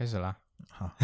开始啦。 好。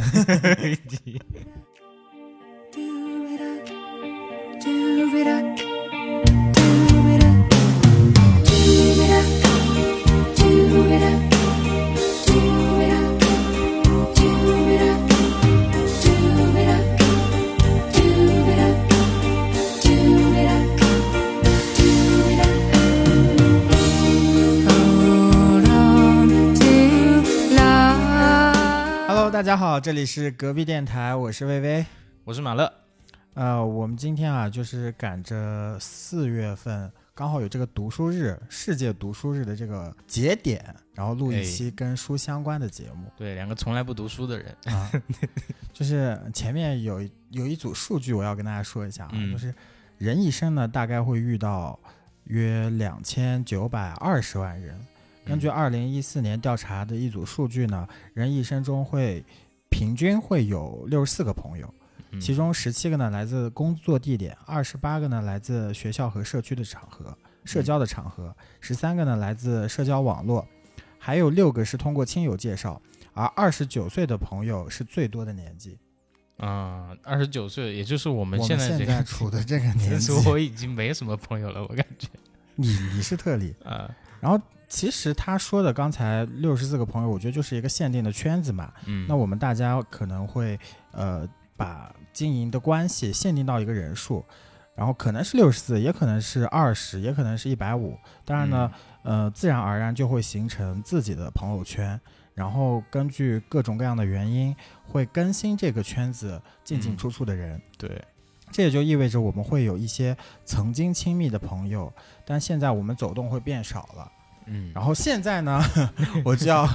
大家好，这里是隔壁电台，我是薇薇， 我是马乐。 我们今天啊，就是赶着4月份刚好有这个读书日，世界读书日的这个节点，然后录一期跟书相关的节目。 对，两个从来不读书的人啊，就是前面有一组数据我要跟大家说一下啊，就是人一生呢大概会遇到约2920万人。根据2014年调查的一组数据呢，人一生中平均会有64个朋友，其中17个呢来自工作地点，28个呢来自学校和社区的场合、社交的场合，13个呢来自社交网络，还有6个是通过亲友介绍，而29岁的朋友是最多的年纪。 29岁，也就是我们现在处的这个年纪。 我已经没什么朋友了，我感觉。 你是特例啊。然后其实他说的刚才64个朋友，我觉得就是一个限定的圈子嘛。那我们大家可能会把经营的关系限定到一个人数，然后可能是64，也可能是20，也可能是150。当然呢，自然而然就会形成自己的朋友圈，然后根据各种各样的原因会更新这个圈子进进出出的人。 对。 这也就意味着我们会有一些曾经亲密的朋友，但现在我们走动会变少了。然后现在呢，我就要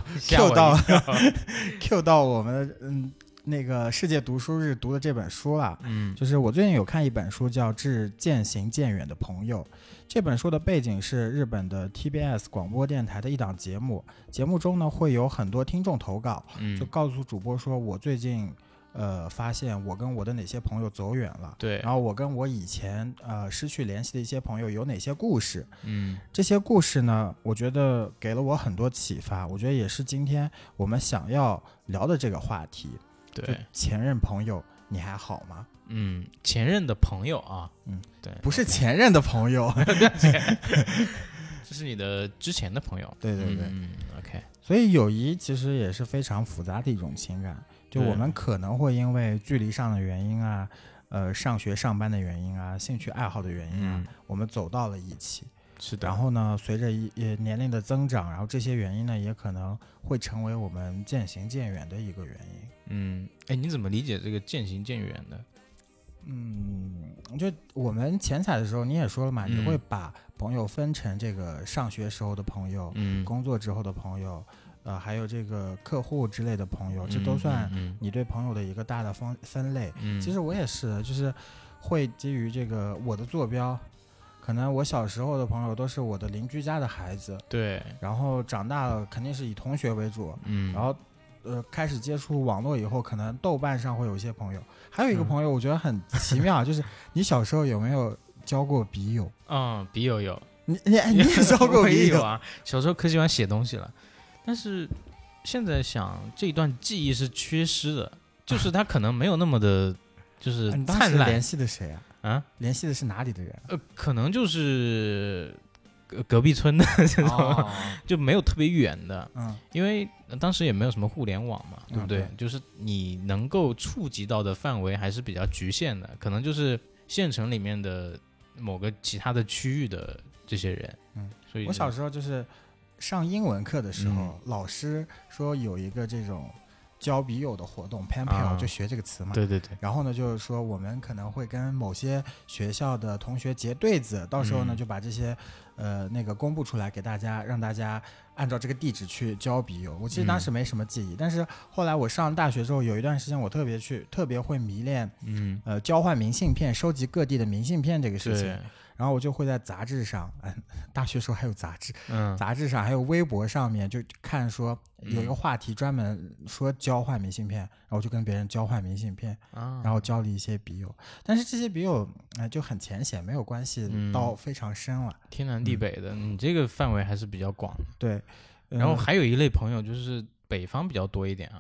Q 到我们那个世界读书日读的这本书了。就是我最近有看一本书叫《致渐行渐远的朋友》。这本书的背景是日本的 TBS 广播电台的一档节目，节目中呢会有很多听众投稿，就告诉主播说我最近发现我跟我的哪些朋友走远了， 对， 然后我跟我以前失去联系的一些朋友有哪些故事。这些故事呢，我觉得给了我很多启发，我觉得也是今天我们想要聊的这个话题。 对， 前任朋友你还好吗？ 前任的朋友啊，对， 不是前任的朋友， 这是你的之前的朋友。 对对对 ，OK。 所以友谊其实也是非常复杂的一种情感。就我们可能会因为距离上的原因啊，上学上班的原因啊，兴趣爱好的原因啊，我们走到了一起。 是的。 然后呢，随着年龄的增长，然后这些原因呢，也可能会成为我们渐行渐远的一个原因。你怎么理解这个渐行渐远的？ 就我们前采的时候你也说了嘛，你会把朋友分成这个上学时候的朋友，工作之后的朋友。还有这个客户之类的朋友，这都算你对朋友的一个大的分类。其实我也是的，就是会基于这个我的坐标，可能我小时候的朋友都是我的邻居家的孩子， 对， 然后长大了肯定是以同学为主，然后开始接触网络以后，可能豆瓣上会有一些朋友。还有一个朋友我觉得很奇妙，就是你小时候有没有交过笔友？ 笔友有。 你也交过笔友啊？小时候可喜欢写东西了。但是现在想，这一段记忆是缺失的，就是他可能没有那么的，就是灿烂。 你当时联系的谁啊？ 联系的是哪里的人？ 可能就是隔壁村的这种，就没有特别远的。因为当时也没有什么互联网嘛，对不对？就是你能够触及到的范围还是比较局限的，可能就是县城里面的某个其他的区域的这些人。所以我小时候就是上英文课的时候，老师说有一个这种交笔友的活动 pen pal，就学这个词嘛。 对对对。 然后呢，就是说我们可能会跟某些学校的同学结对子，到时候呢就把这些那个公布出来给大家，让大家按照这个地址去交笔友。我其实当时没什么记忆，但是后来我上大学之后，有一段时间我特别会迷恋交换明信片，收集各地的明信片这个事情。然后我就会在杂志上，大学时候还有杂志，杂志上还有微博上面就看说有一个话题专门说交换明信片，然后我就跟别人交换明信片，然后交了一些笔友，但是这些笔友就很浅显，没有关系到非常深了， 天南地北的，你这个范围还是比较广的。 对， 然后还有一类朋友就是北方比较多一点啊。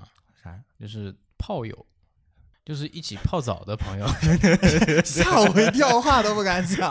啥？ 就是炮友，就是一起泡澡的朋友。 吓我一跳，话都不敢讲。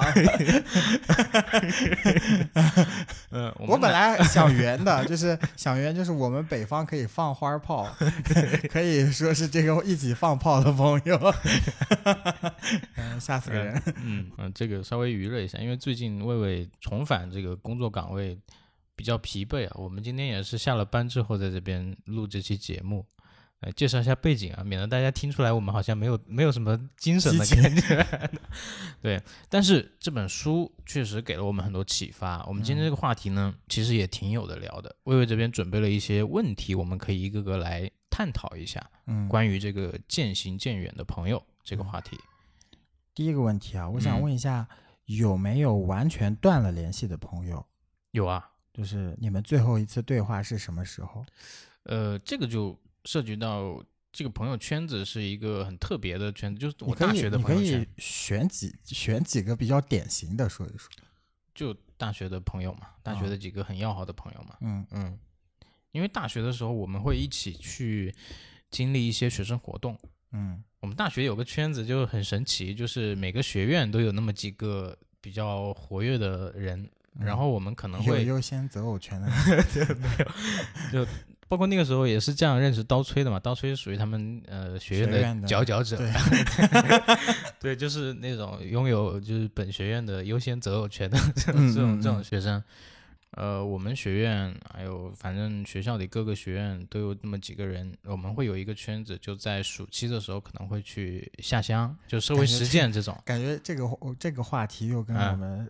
我本来想圆的，就是想圆，就是我们北方可以放花炮，可以说是这个一起放炮的朋友。吓死个人。 这个稍微娱乐一下，因为最近魏魏重返这个工作岗位比较疲惫啊。我们今天也是下了班之后在这边录这期节目。介绍一下背景啊，免得大家听出来我们好像没有什么精神的感觉。对，但是这本书确实给了我们很多启发。我们今天这个话题呢，其实也挺有的聊的。魏魏这边准备了一些问题，我们可以一个个来探讨一下。关于这个渐行渐远的朋友这个话题。 第一个问题啊，我想问一下，有没有完全断了联系的朋友？ 有啊， 就是你们最后一次对话是什么时候？ 这个就涉及到这个朋友圈子是一个很特别的圈子，就是我大学的朋友圈。 你可以选几个比较典型的说一说。 就大学的朋友嘛，大学的几个很要好的朋友嘛。因为大学的时候我们会一起去经历一些学生活动。我们大学有个圈子就很神奇，就是每个学院都有那么几个比较活跃的人，然后我们可能会有优先择偶权的。 对，没有就。包括那个时候也是这样认识刀吹的嘛，刀吹属于他们学院的佼佼者。对，就是那种拥有就是本学院的优先择偶权的这种学生。我们学院还有反正学校里各个学院都有那么几个人，我们会有一个圈子，就在暑期的时候可能会去下乡，就社会实践这种。 感觉这个话题又跟我们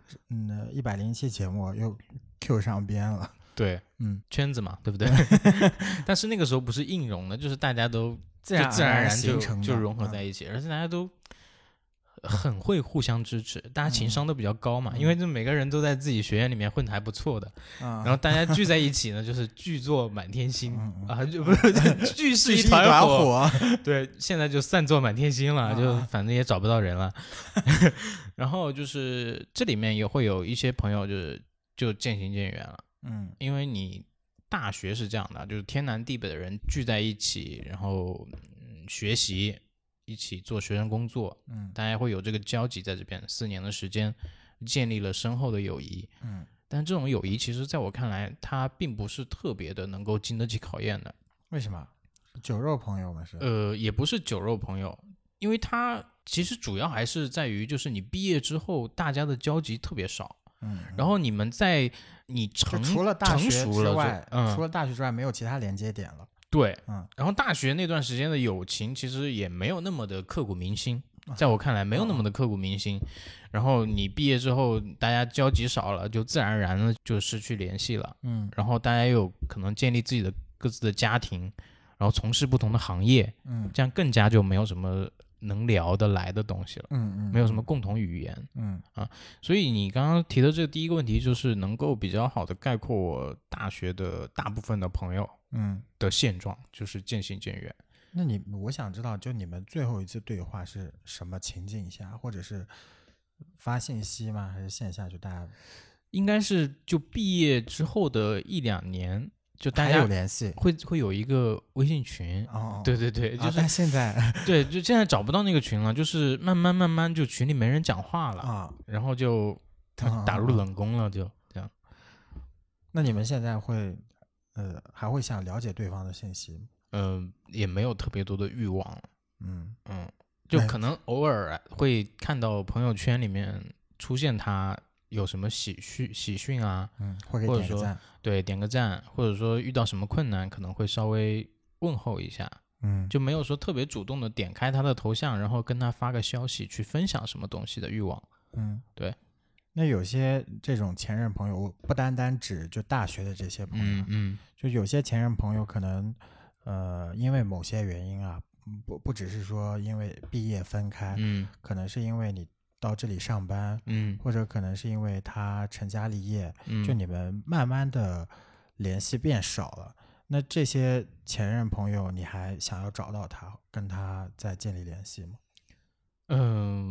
107期节目又 Q 上边了。 对，圈子嘛，对不对？但是那个时候不是硬融的，就是大家都自然而然就融合在一起，而且大家都很会互相支持，大家情商都比较高嘛，因为就每个人都在自己学院里面混得还不错的，然后大家聚在一起呢，就是聚作满天星啊，就不是聚是一团火。对，现在就散作满天星了，就反正也找不到人了。然后就是这里面也会有一些朋友就渐行渐远了。因为你大学是这样的，就是天南地北的人聚在一起，然后学习，一起做学生工作，大家会有这个交集在这边，4年的时间建立了深厚的友谊。但这种友谊其实在我看来，它并不是特别的能够经得起考验的。 为什么？酒肉朋友吗？ 也不是酒肉朋友，因为它其实主要还是在于，就是你毕业之后，大家的交集特别少。然后你们在你除了大学之外， 除了大学之外没有其他连接点了。 对，然后大学那段时间的友情其实也没有那么的刻骨铭心，在我看来没有那么的刻骨铭心。然后你毕业之后，大家交集少了，就自然而然的就失去联系了。然后大家又有可能建立自己的各自的家庭，然后从事不同的行业，这样更加就没有什么能聊得来的东西了，没有什么共同语言，所以你刚刚提的这个第一个问题，就是能够比较好的概括我大学的大部分的朋友，的现状，就是渐行渐远。 那我想知道，就你们最后一次对话是什么情境下，或者是发信息吗？还是线下就大家？ 应该是就毕业之后的1-2年。就大家有联系， 会有一个微信群。对，就是但现在对，就现在找不到那个群了，就是慢慢就群里没人讲话了然后就打入冷宫了，就这样。 那你们现在会还会想了解对方的信息吗？ 也没有特别多的欲望。就可能偶尔会看到朋友圈里面出现他有什么喜讯啊， 或者点个赞， 对，点个赞，或者说遇到什么困难，可能会稍微问候一下，就没有说特别主动的点开他的头像，然后跟他发个消息去分享什么东西的欲望。对。 那有些这种前任朋友，不单单指就大学的这些朋友，就有些前任朋友可能，因为某些原因啊，不只是说因为毕业分开，可能是因为你到这里上班，或者可能是因为他成家立业，就你们慢慢的联系变少了。那这些前任朋友，你还想要找到他，跟他再建立联系吗？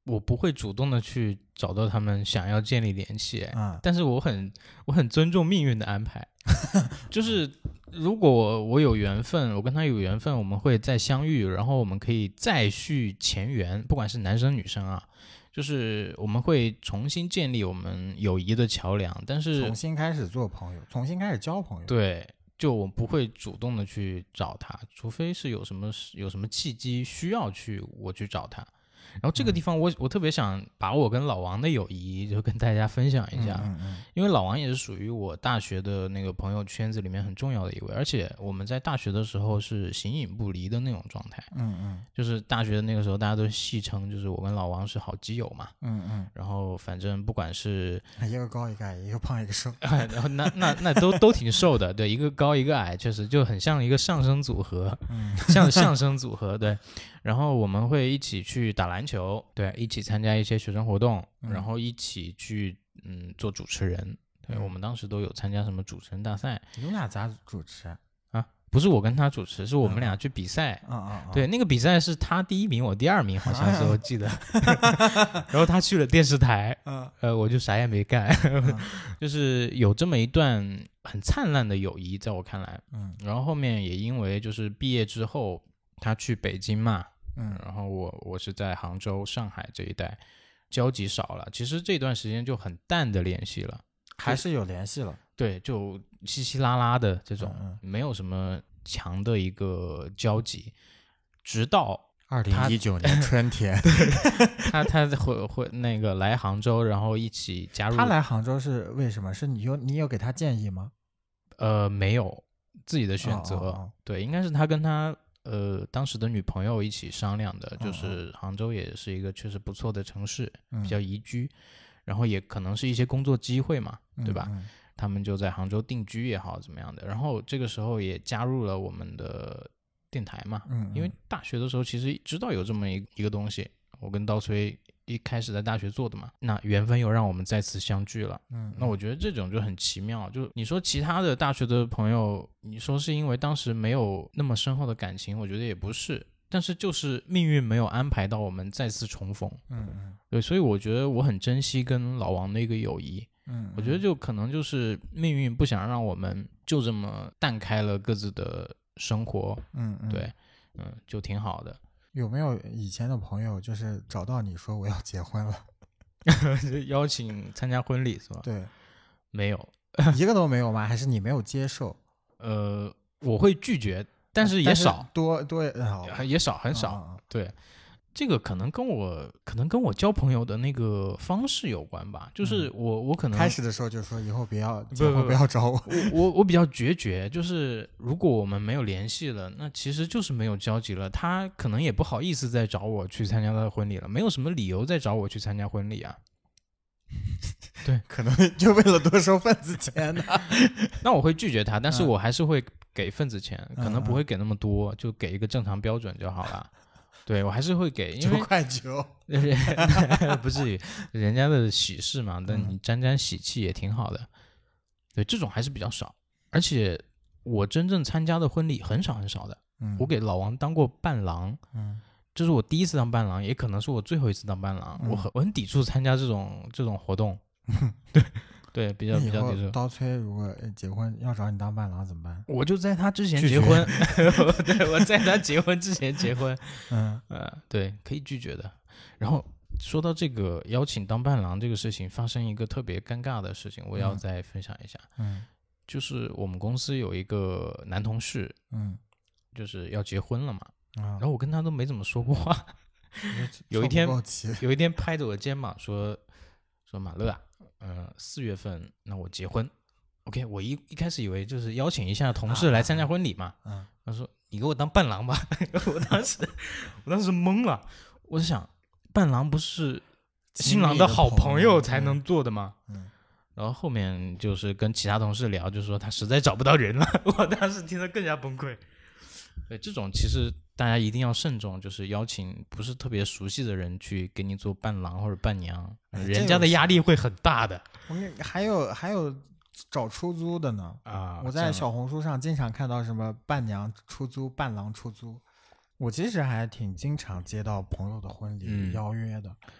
我不会主动的去找到他们想要建立联系，但是我很尊重命运的安排，就是如果我有缘分，我跟他有缘分，我们会再相遇，然后我们可以再续前缘，不管是男生女生啊，就是我们会重新建立我们友谊的桥梁，但是重新开始做朋友，重新开始交朋友。 对，就我不会主动的去找他，除非是有什么契机需要我去找他。然后这个地方我特别想把我跟老王的友谊就跟大家分享一下，因为老王也是属于我大学的那个朋友圈子里面很重要的一位，而且我们在大学的时候是形影不离的那种状态，就是大学的那个时候大家都戏称就是我跟老王是好基友嘛，然后反正不管是一个高一个矮，一个胖一个瘦， 然后那都挺瘦的，对，一个高一个矮，确实就很像一个上升组合，像相声组合，对。然后我们会一起去打篮球，对，一起参加一些学生活动，然后一起去做主持人，对，我们当时都有参加什么主持人大赛。 你们俩咋主持啊？不是我跟他主持，是我们俩去比赛。对，那个比赛是他第一名，我第二名，好像是我记得。然后他去了电视台，我就啥也没干，就是有这么一段很灿烂的友谊，在我看来。然后后面也因为就是毕业之后，他去北京嘛。然后我是在杭州、上海这一带，交集少了。其实这段时间就很淡的联系了， 还是有联系了。 对，就稀稀拉拉的这种，没有什么强的一个交集。直到 2019年春天， 他会那个来杭州，然后一起加入。 他来杭州是为什么？是你有给他建议吗？ 没有，自己的选择。对，应该是他跟他。当时的女朋友一起商量的，就是杭州也是一个确实不错的城市，比较宜居，然后也可能是一些工作机会嘛，对吧？他们就在杭州定居也好，怎么样的。然后这个时候也加入了我们的电台嘛，因为大学的时候其实知道有这么一个东西，我跟刀崔一开始在大学做的嘛，那缘分又让我们再次相聚了。那我觉得这种就很奇妙。就你说其他的大学的朋友，你说是因为当时没有那么深厚的感情，我觉得也不是，但是就是命运没有安排到我们再次重逢。对，所以我觉得我很珍惜跟老王的一个友谊。我觉得就可能就是命运不想让我们就这么淡开了各自的生活。对，就挺好的。 有没有以前的朋友就是找到你说我要结婚了邀请参加婚礼是吧？ 对， 没有一个都没有吗？还是你没有接受？ 我会拒绝，但是也少， 多也少，很少。对，这个可能跟我交朋友的那个方式有关吧。就是我可能开始的时候就说以后不要找我。 我比较决绝，就是如果我们没有联系了，那其实就是没有交集了。他可能也不好意思再找我去参加他的婚礼了，没有什么理由再找我去参加婚礼啊。对， 可能就为了多收份子钱呢。 那我会拒绝他，但是我还是会给份子钱，可能不会给那么多，就给一个正常标准就好了。对，我还是会给 ，9块9， 不至于，人家的喜事嘛，但你沾沾喜气也挺好的。对，这种还是比较少，而且我真正参加的婚礼很少很少的。我给老王当过伴郎，这是我第一次当伴郎，也可能是我最后一次当伴郎。我很抵触参加这种活动。对，比较抵触。 刀崔如果结婚要找你当伴郎怎么办？ 我就在他之前结婚。对，我在他结婚之前结婚。对，可以拒绝的。然后说到这个邀请当伴郎这个事情，发生一个特别尴尬的事情，我要再分享一下。就是我们公司有一个男同事，就是要结婚了嘛。然后我跟他都没怎么说过话。有一天拍着我的肩膀说马乐啊。4月份那我结婚 ，OK， 我一开始以为就是邀请一下同事来参加婚礼嘛，他说你给我当伴郎吧，我当时懵了，我就想伴郎不是新郎的好朋友才能做的吗？然后后面就是跟其他同事聊，就说他实在找不到人了，我当时听得更加崩溃。对，这种其实大家一定要慎重，就是邀请不是特别熟悉的人去给你做伴郎或者伴娘，人家的压力会很大的。 还有找出租的呢我在小红书上经常看到什么伴娘出租、伴郎出租，我其实还挺经常接到朋友的婚礼邀约的。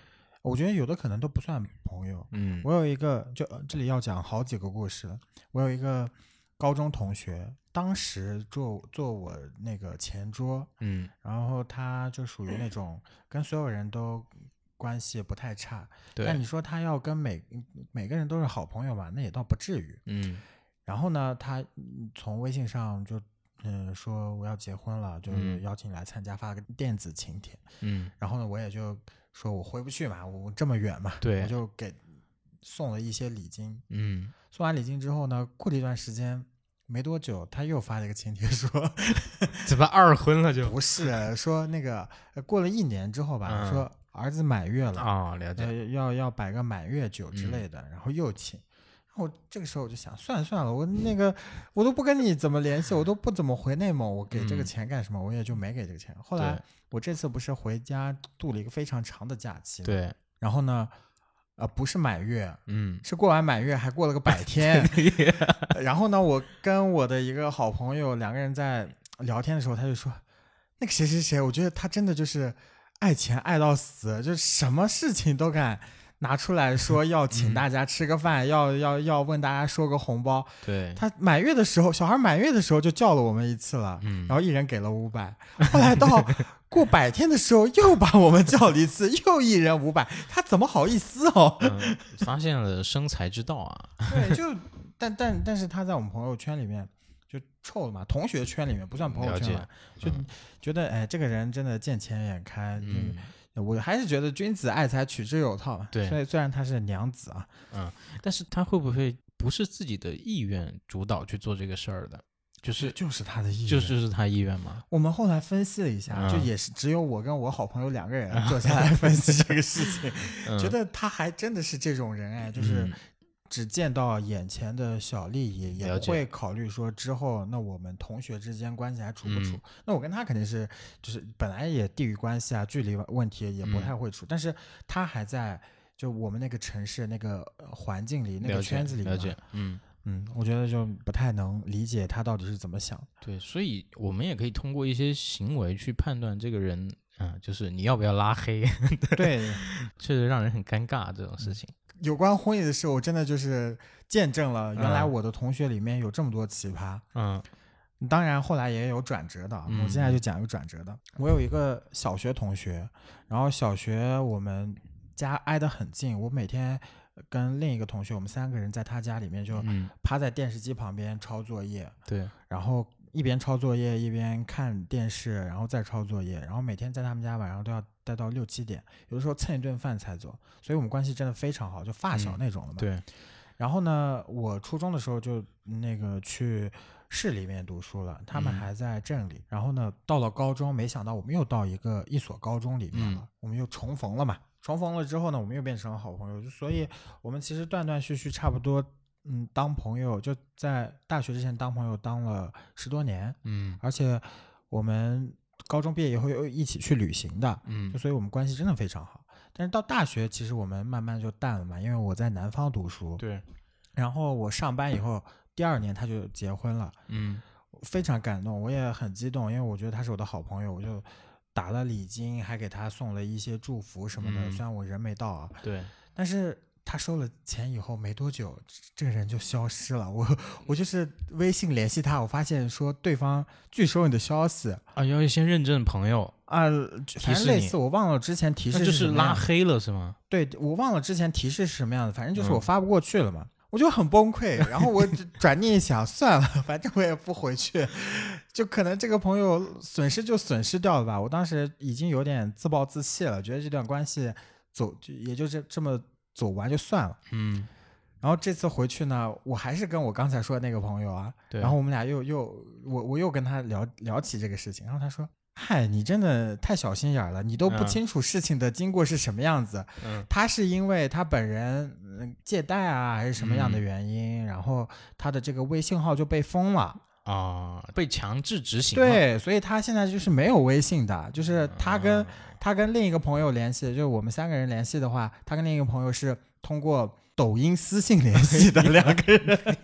我觉得有的可能都不算朋友。我有一个，就这里要讲好几个故事了。我有一个高中同学，当时坐我那个前桌，然后他就属于那种跟所有人都关系不太差，但你说他要跟每个人都是好朋友吧，那也倒不至于。然后呢，他从微信上就说我要结婚了，就是邀请你来参加，发了个电子请帖。然后呢，我也就说我回不去嘛，我这么远嘛，我就给送了一些礼金。送完礼金之后呢，过了一段时间没多久，他又发了一个请帖说怎么二婚了就？ 不是，说那个过了1年之后吧，说儿子满月了啊，了解， 要摆个满月酒之类的，然后又请。然后这个时候我就想，算了，我都不跟你怎么联系，我都不怎么回内蒙，我给这个钱干什么？我也就没给这个钱。后来我这次不是回家度了一个非常长的假期， 对， 然后呢，不是满月，是过完满月还过了个百天。然后呢，我跟我的一个好朋友2个人在聊天的时候，他就说，那个谁谁谁，我觉得他真的就是爱钱爱到死，就什么事情都敢拿出来说要请大家吃个饭，要问大家收个红包。 对， 他满月的时候，小孩满月的时候就叫了我们一次了，然后一人给了500。后来到过百天的时候又把我们叫了一次，又一人500，他怎么好意思哦？ 发现了生财之道啊！ 对，就但是他在我们朋友圈里面就臭了嘛，同学圈里面不算朋友圈了，就觉得哎，这个人真的见钱眼开。我还是觉得君子爱财，取之有道嘛。 对， 所以虽然他是娘子啊， 但是他会不会不是自己的意愿主导去做这个事儿的？ 就是他的意愿， 就是他意愿吗？ 我们后来分析了一下，就也是只有我跟我好朋友2个人坐下来分析这个事情，觉得他还真的是这种人哎，就是只见到眼前的小利益，也不会考虑说之后那我们同学之间关系还处不处。那我跟他肯定是就是本来也地域关系啊距离问题也不太会处，但是他还在就我们那个城市那个环境里那个圈子里了解， 我觉得就不太能理解他到底是怎么想的。 对，所以我们也可以通过一些行为去判断这个人就是你要不要拉黑。 对， 确实让人很尴尬这种事情。 有关婚礼的事，我真的就是见证了原来我的同学里面有这么多奇葩。当然后来也有转折的，我现在就讲一个转折的。我有一个小学同学，然后小学我们家挨得很近，我每天跟另一个同学，我们3个人在他家里面就趴在电视机旁边抄作业。 对， 然后一边抄作业一边看电视，然后再抄作业，然后每天在他们家晚上都要待到6、7点，有的时候蹭一顿饭才走，所以我们关系真的非常好，就发小那种的嘛。 对。 然后呢，我初中的时候就那个去市里面读书了，他们还在镇里。然后呢，到了高中，没想到我们又到一所高中里面了，我们又重逢了嘛。重逢了之后呢，我们又变成了好朋友，所以我们其实断断续续差不多。当朋友就在大学之前当朋友当了10多年，而且我们高中毕业以后又一起去旅行的，所以我们关系真的非常好。但是到大学其实我们慢慢就淡了嘛，因为我在南方读书， 对， 然后我上班以后第2年他就结婚了，非常感动，我也很激动，因为我觉得他是我的好朋友，我就打了礼金，还给他送了一些祝福什么的，虽然我人没到啊， 对，但是他收了钱以后没多久，这个人就消失了。我就是微信联系他，我发现说对方拒收你的消息啊，要先认证朋友啊，反正类似我忘了之前提示是就是拉黑了是吗？ 对，我忘了之前提示是什么样的，反正就是我发不过去了嘛，我就很崩溃。然后我转念一想，算了，反正我也不回去，就可能这个朋友损失就损失掉了吧。我当时已经有点自暴自弃了，觉得这段关系也就是这么走完就算了。然后这次回去呢，我还是跟我刚才说的那个朋友啊，然后我们俩我又跟他聊起这个事情，然后他说：“嗨，你真的太小心眼了，你都不清楚事情的经过是什么样子。他是因为他本人借贷啊，还是什么样的原因，然后他的这个微信号就被封了。” 被强制执行了。 对，所以他现在就是没有微信的，就是他跟另一个朋友联系，就是我们3个人联系的话，他跟另一个朋友是通过抖音私信联系的2个人。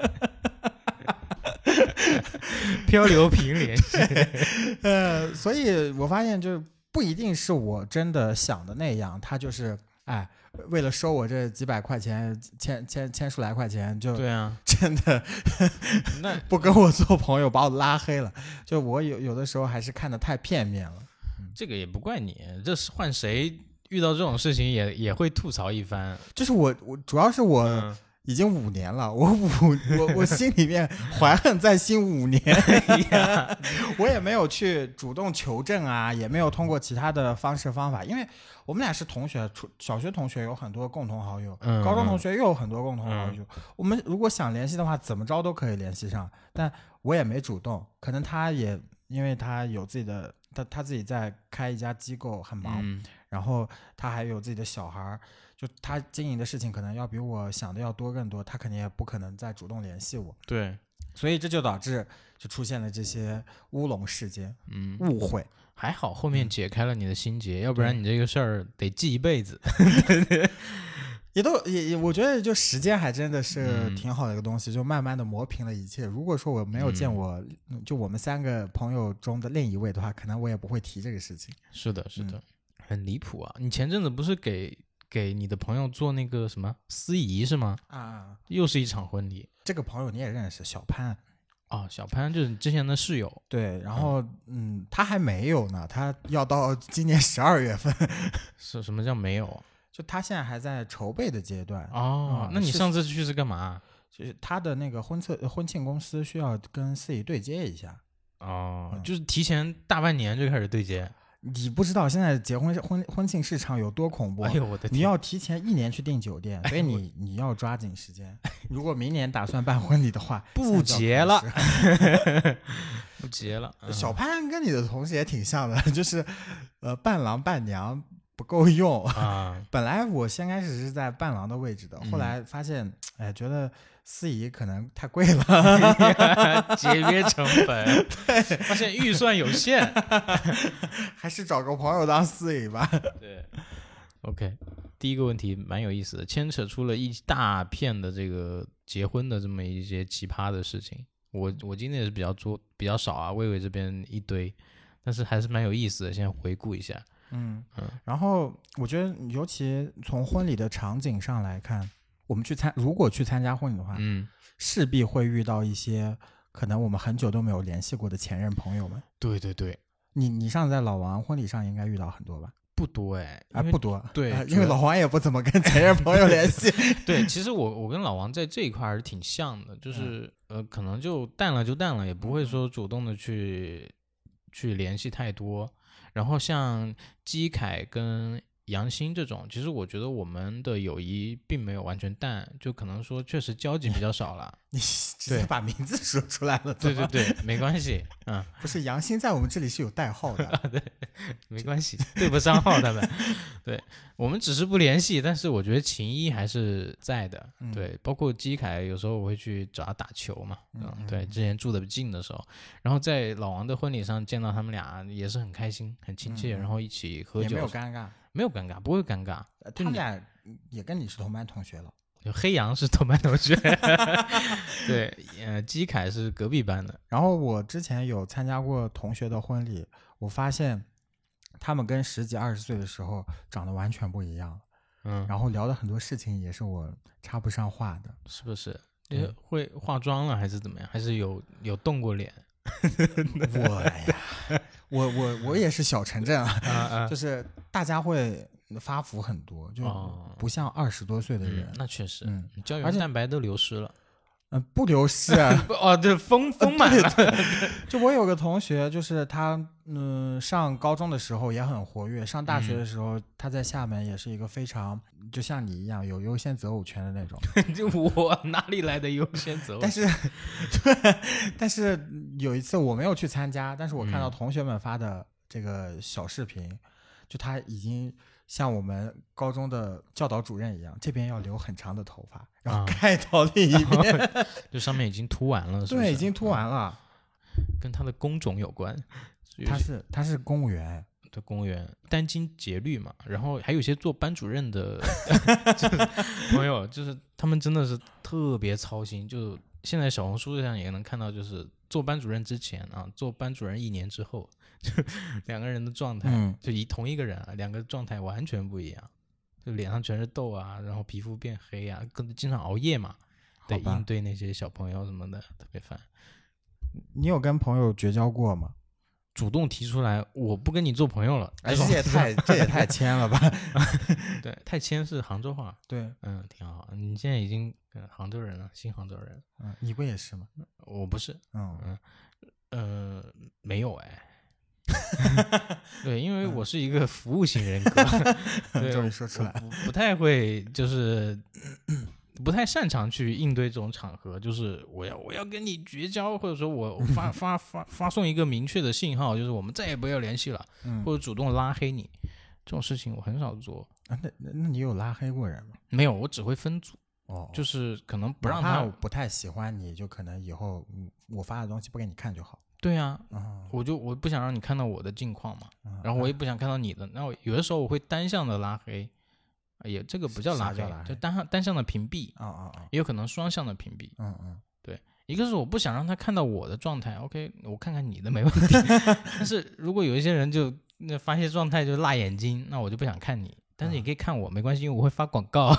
漂流瓶联系。 所以我发现就不一定是我真的想的那样，他就是哎，为了收我这几百块钱，千数来块钱，就对啊， 真的那不跟我做朋友，把我拉黑了。就我有的时候还是看得太片面了。 这个也不怪你，这是换谁遇到这种事情也会吐槽一番。 就是我主要是我已经5年了，我心里面怀恨在心5年，我也没有去主动求证啊，也没有通过其他的方式方法，因为我们俩是同学，小学同学有很多共同好友，高中同学又有很多共同好友，我们如果想联系的话，怎么着都可以联系上，但我也没主动，可能他也因为他有自己的。他自己在开一家机构很忙，然后他还有自己的小孩，就他经营的事情可能要比我想的要多更多，他肯定也不可能再主动联系我。 对， 所以这就导致就出现了这些乌龙事件，误会。 还好后面解开了你的心结，要不然你这个事儿得记一辈子。 我觉得就时间还真的是挺好的一个东西，就慢慢的磨平了一切。如果说我没有见我，就我们3个朋友中的另一位的话，可能我也不会提这个事情。 是的，是的，很离谱啊！你前阵子不是给你的朋友做那个什么司仪是吗？ 啊， 又是一场婚礼。 这个朋友你也认识，小潘。 哦，小潘就是你之前的室友。 对，然后他还没有呢，他要到今年12月份。 是什么叫没有？ 就他现在还在筹备的阶段。 那你上次去是干嘛？ 就是他的那个婚庆公司需要跟司仪对接一下。 就是提前大半年就开始对接。 你不知道现在结婚庆市场有多恐怖。 哎呦我的天！ 你要提前1年去订酒店，所以你要抓紧时间。如果明年打算办婚礼的话， 不结了。不结了。 小潘跟你的同事也挺像的，就是伴郎伴娘不够用啊！本来我先开始是在伴郎的位置的，后来发现，觉得司仪可能太贵了， 节约成本。对，发现预算有限， 还是找个朋友当司仪吧。 对 ，OK， 第一个问题蛮有意思的，牵扯出了一大片的这个结婚的这么一些奇葩的事情。我今天也是比较少啊，魏魏这边一堆，但是还是蛮有意思的，先回顾一下。 然后我觉得，尤其从婚礼的场景上来看，我们如果去参加婚礼的话，势必会遇到一些可能我们很久都没有联系过的前任朋友们。 对对对， 你上次在老王婚礼上应该遇到很多吧？ 不多不多。 对， 因为老王也不怎么跟前任朋友联系。 对，其实我跟老王在这一块还是挺像的，就是可能就淡了就淡了，也不会说主动的去联系太多。然后像基凯跟杨鑫这种，其实我觉得我们的友谊并没有完全淡，就可能说确实交集比较少了。 你直接把名字说出来了。 对对对，没关系。 不是，杨鑫在我们这里是有代号的。 对，没关系，对不上号他们。对，我们只是不联系，但是我觉得情谊还是在的。对，包括基凯有时候我会去找他打球嘛。对，之前住的近的时候，然后在老王的婚礼上见到他们俩也是很开心很亲切，然后一起喝酒， 也没有尴尬。 没有尴尬，不会尴尬。 他们俩也跟你是同班同学了。 就黑羊是同班同学。对，基凯是隔壁班的。 然后我之前有参加过同学的婚礼，我发现他们跟10几20岁的时候长得完全不一样。然后聊的很多事情也是我插不上话的。 是不是？会化妆了还是怎么样？还是有动过脸？ 我也是小城镇啊，就是大家会发福很多，就不像20多岁的人。 那确实，胶原蛋白都流失了。 不流失。 对，丰满了。 就我有个同学，就是他上高中的时候也很活跃，上大学的时候他在厦门也是一个非常就像你一样有优先择偶权的那种。 就我哪里来的优先择偶？ 但是有一次我没有去参加，但是我看到同学们发的这个小视频，就他已经像我们高中的教导主任一样，这边要留很长的头发，然后盖到另一边。 就上面已经秃完了。是不是？ 对，已经秃完了。 跟他的工种有关。 他是公务员。 对，公务员殚精竭虑嘛，然后还有一些做班主任的朋友，就是他们真的是特别操心。就现在小红书上也能看到，就是做班主任之前啊，做班主任1年之后，就2个人的状态，就同一个人啊，2个状态完全不一样。 就脸上全是痘啊，然后皮肤变黑啊，经常熬夜嘛，得应对那些小朋友什么的，特别烦。 你有跟朋友绝交过吗？ 主动提出来我不跟你做朋友了， 这也太谦了吧？ 对，太谦是杭州话。 对， 挺好。你现在已经杭州人了，新杭州人。 你不也是吗？ 我不是。没有哎。对，因为我是一个服务型人格。 终于说出来， 不太会就是不太擅长去应对这种场合，就是我要跟你绝交，或者说我发送一个明确的信号，就是我们再也不要联系了，或者主动拉黑你，这种事情我很少做。 那你有拉黑过人吗？ 没有，我只会分组。就是可能不让他不太喜欢你，就可能以后我发的东西不给你看就好。 对啊，我不想让你看到我的近况嘛，然后我也不想看到你的，然后有的时候我会单向的拉黑。也这个不叫拉黑，就单向的屏蔽。也有可能双向的屏蔽。对，一个是我不想让他看到我的状态 ，OK， 我看看你的没问题。但是如果有一些人就发些状态就辣眼睛，那我就不想看你。但是你可以看我，没关系，因为我会发广告。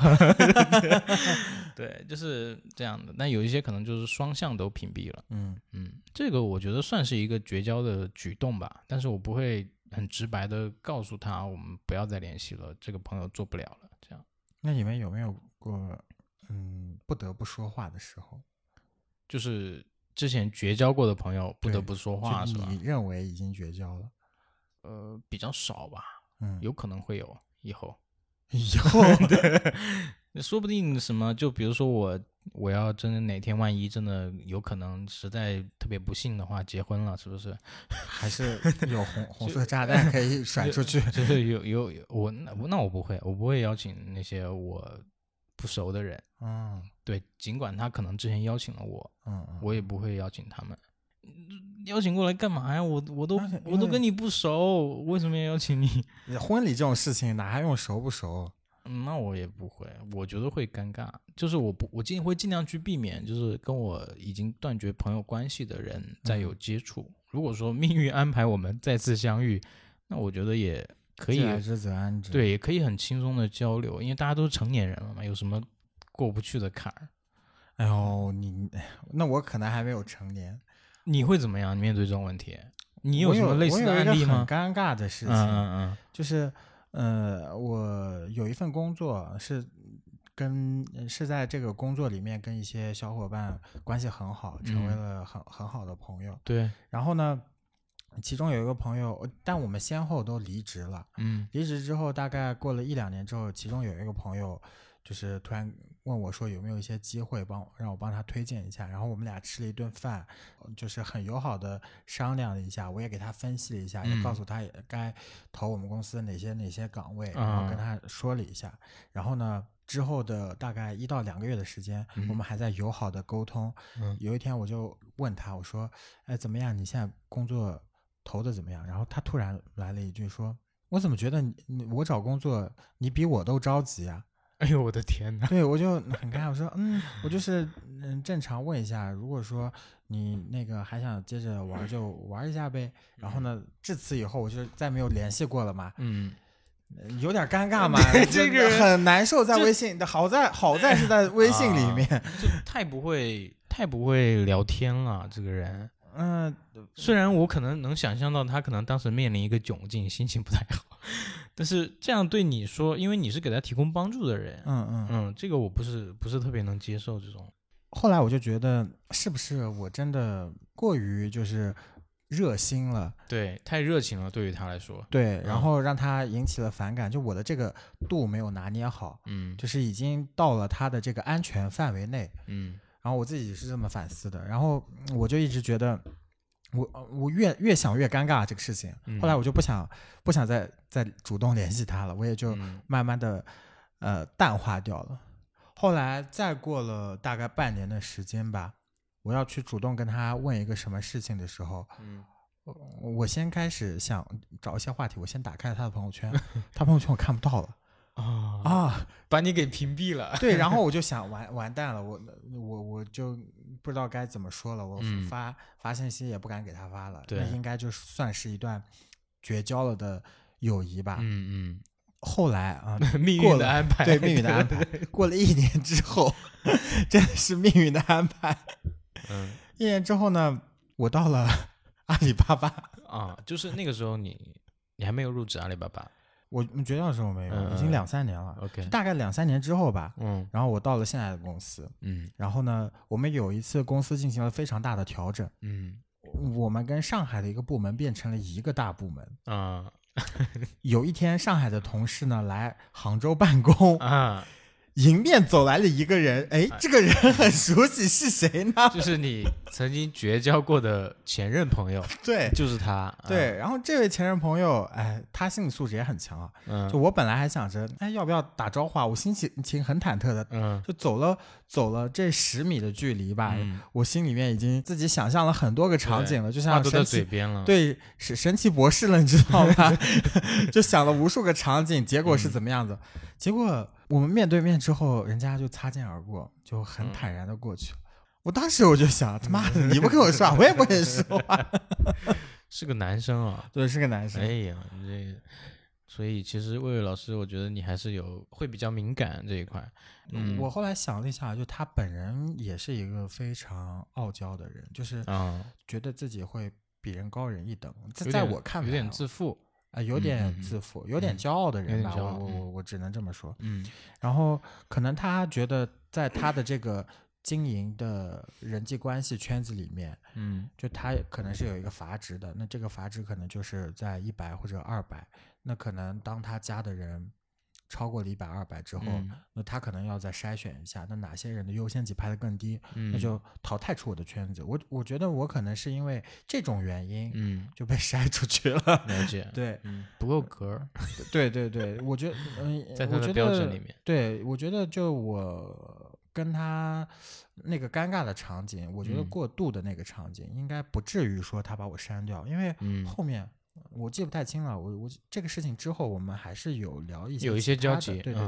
对，就是这样的。但有一些可能就是双向都屏蔽了。这个我觉得算是一个绝交的举动吧，但是我不会很直白的告诉他我们不要再联系了，这个朋友做不了了。这样。 那你们有没有过不得不说话的时候？ 就是之前绝交过的朋友不得不说话是吧？ 你认为已经绝交了？ 比较少吧。有可能会有以后对， 说不定什么，就比如说我要真的哪天万一真的有可能实在特别不幸的话结婚了，是不是？ 还是有红色炸弹可以甩出去？ 就是有那我不会，我不会邀请那些我不熟的人。对，尽管他可能之前邀请了我，我也不会邀请他们。邀请过来干嘛呀？我都跟你不熟，为什么要邀请你？ 婚礼这种事情哪还用熟不熟？ 那我也不会，我觉得会尴尬。就是我会尽量去避免，就是跟我已经断绝朋友关系的人再有接触。如果说命运安排我们再次相遇，那我觉得也可以， 既来之则安之。 对，也可以很轻松的交流，因为大家都是成年人了嘛，有什么过不去的坎儿？ 哎呦，那我可能还没有成年。 你会怎么样面对这种问题？你有什么类似的案例吗？ 很尴尬的事情，就是我有一份工作是在这个工作里面跟一些小伙伴关系很好，成为了很好的朋友。 对， 然后呢，其中有一个朋友，但我们先后都离职了。离职之后，大概过了1-2年之后，其中有一个朋友就是突然问我说有没有一些机会让我帮他推荐一下，然后我们俩吃了一顿饭，就是很友好的商量了一下，我也给他分析了一下，也告诉他也该投我们公司哪些岗位，然后跟他说了一下。然后呢，之后的大概1到2个月的时间，我们还在友好的沟通。有一天我就问他，我说怎么样，你现在工作投的怎么样？然后他突然来了一句说，我怎么觉得我找工作你比我都着急啊？ 哎呦我的天哪！ 对，我就很尴尬，我说我就是正常问一下，如果说你那个还想接着玩就玩一下呗。然后呢，至此以后我就再没有联系过了嘛。有点尴尬嘛，这个很难受，在微信。好在是在微信里面， 就太不会聊天了，这个人。虽然我可能能想象到他可能当时面临一个窘境，心情不太好，但是这样对你说，因为你是给他提供帮助的人，这个我不是特别能接受这种。 后来我就觉得，是不是我真的过于就是热心了？ 对，太热情了，对于他来说。 对，然后让他引起了反感，就我的这个度没有拿捏好，就是已经到了他的这个安全范围内，然后我自己是这么反思的，然后我就一直觉得我越想越尴尬这个事情。后来我就不想再主动联系他了，我也就慢慢的淡化掉了。后来再过了大概半年的时间吧，我要去主动跟他问一个什么事情的时候，我先开始想找一些话题，我先打开他的朋友圈，他朋友圈我看不到了。 把你给屏蔽了。 对，然后我就想完蛋了，我就不知道该怎么说了，我发信息也不敢给他发了，那应该就算是一段绝交了的友谊吧。 后来啊， 命运的安排， 对命运的安排。过了1年之后，真的是命运的安排。1年之后呢，我到了阿里巴巴啊，就是那个时候你还没有入职阿里巴巴。 我绝大时候没有，已经2-3年了。 OK， 大概2-3年之后吧。然后我到了现在的公司。然后呢，我们有一次公司进行了非常大的调整。我们跟上海的一个部门变成了一个大部门啊。有一天，上海的同事呢来杭州办公啊，迎面走来了一个人，哎，这个人很熟悉，是谁呢？ 就是你曾经绝交过的前任朋友。 对， 就是他。 对，然后这位前任朋友，哎，他心理素质也很强啊。就我本来还想着，哎，要不要打招呼啊？我心情很忐忑的。就走了这10米的距离吧。我心里面已经自己想象了很多个场景了，就像都在嘴边了。 对，是神奇博士了，你知道吗？就想了无数个场景，结果是怎么样子？结果我们面对面之后，人家就擦肩而过，就很坦然的过去了。我当时我就想，他妈的，你不跟我说话，我也不跟你说话。 是个男生啊。 对，是个男生。 哎呀，你这个，所以其实魏魏老师，我觉得你还是会比较敏感这一块。 我后来想了一下，就他本人也是一个非常傲娇的人，就是觉得自己会比人高人一等。在我看来， 有点自负。 有点自负，有点骄傲的人吧，我只能这么说。然后可能他觉得在他的这个经营的人际关系圈子里面，就他可能是有一个阀值的，那这个阀值可能就是在100或者200，那可能当他加的人超过了100、200之后，那他可能要再筛选一下，那哪些人的优先级排得更低，那就淘汰出我的圈子。我觉得我可能是因为这种原因，就被筛出去了。 了解， 对， 不够格。 对，我觉得， 在他的标准里面， 对，我觉得就我跟他那个尴尬的场景，我觉得过度的那个场景，应该不至于说他把我删掉，因为后面。我记不太清了，我这个事情之后，我们还是有聊有一些交集， 对。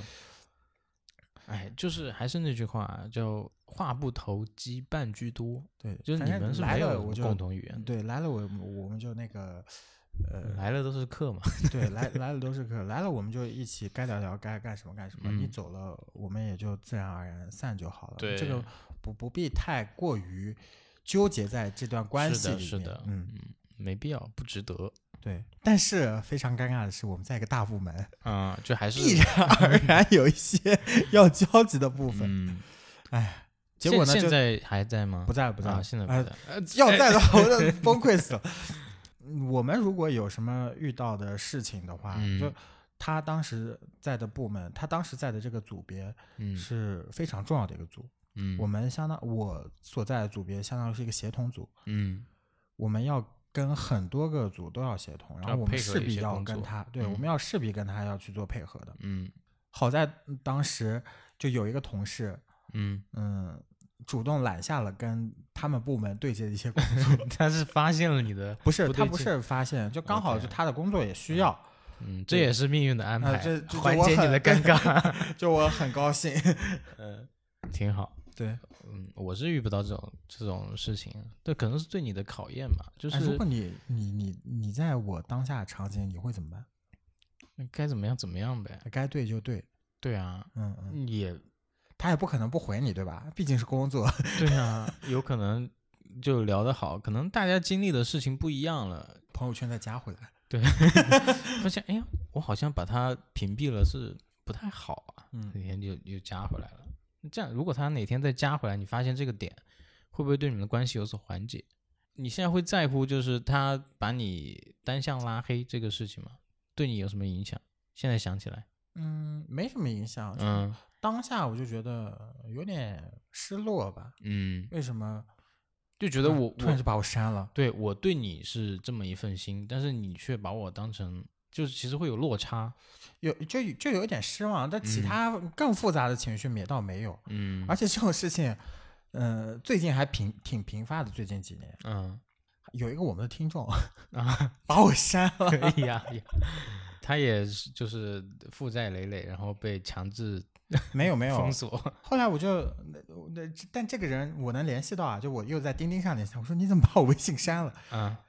哎，就是还是那句话，叫话不投机半句多。 对， 就是你们是没有共同语言。 对，来了我们就那个来了都是客嘛。 对，来了都是客，来了我们就一起该聊聊，该干什么干什么。你走了，我们也就自然而然散就好了。 对， 这个不必太过于纠结在这段关系里面。 是的，没必要，不值得。 对，但是非常尴尬的是，我们在一个大部门就还是必然而然有一些要交集的部分。哎，结果呢？ 现在还在吗？ 不在， 现在不在。 要在的话，我都崩溃死了。我们如果有什么遇到的事情的话，就他当时在的部门，他当时在的这个组别是非常重要的一个组。我所在的组别相当于是一个协同组。我们要跟很多个组都要协同，然后我们势必要跟他，对，我们要势必跟他要去做配合的。好在当时就有一个同事，主动揽下了跟他们部门对接的一些工作。 他是发现了你的， 他不是发现，就刚好就他的工作也需要。 这也是命运的安排，缓解你的尴尬。 就我很高兴。 挺好。 对， 我是遇不到这种事情，这可能是对你的考验吧。就是如果你在我当下的场景，你会怎么办？ 该怎么样怎么样呗， 该对就对。 对啊， 他也不可能不回你，对吧？毕竟是工作。 对啊，有可能就聊得好，可能大家经历的事情不一样了， 朋友圈再加回来。 对，发现哎呀，我好像把他屏蔽了，是不太好啊。那天就又加回来了。这样，如果他哪天再加回来，你发现这个点，会不会对你们的关系有所缓解？你现在会在乎就是他把你单向拉黑这个事情吗？对你有什么影响？现在想起来， 没什么影响。当下我就觉得有点失落吧。为什么？ 就觉得我突然就把我删了。 对，我对你是这么一份心，但是你却把我当成，就是其实会有落差。就有一点失望，但其他更复杂的情绪也倒没有。而且这种事情，最近还挺频发的。最近几年，有一个我们的听众把我删了。 可以呀，他也就是负债累累，然后被强制没有封锁。 后来我就，但这个人我能联系到啊，就我又在钉钉上联系他，我说你怎么把我微信删了？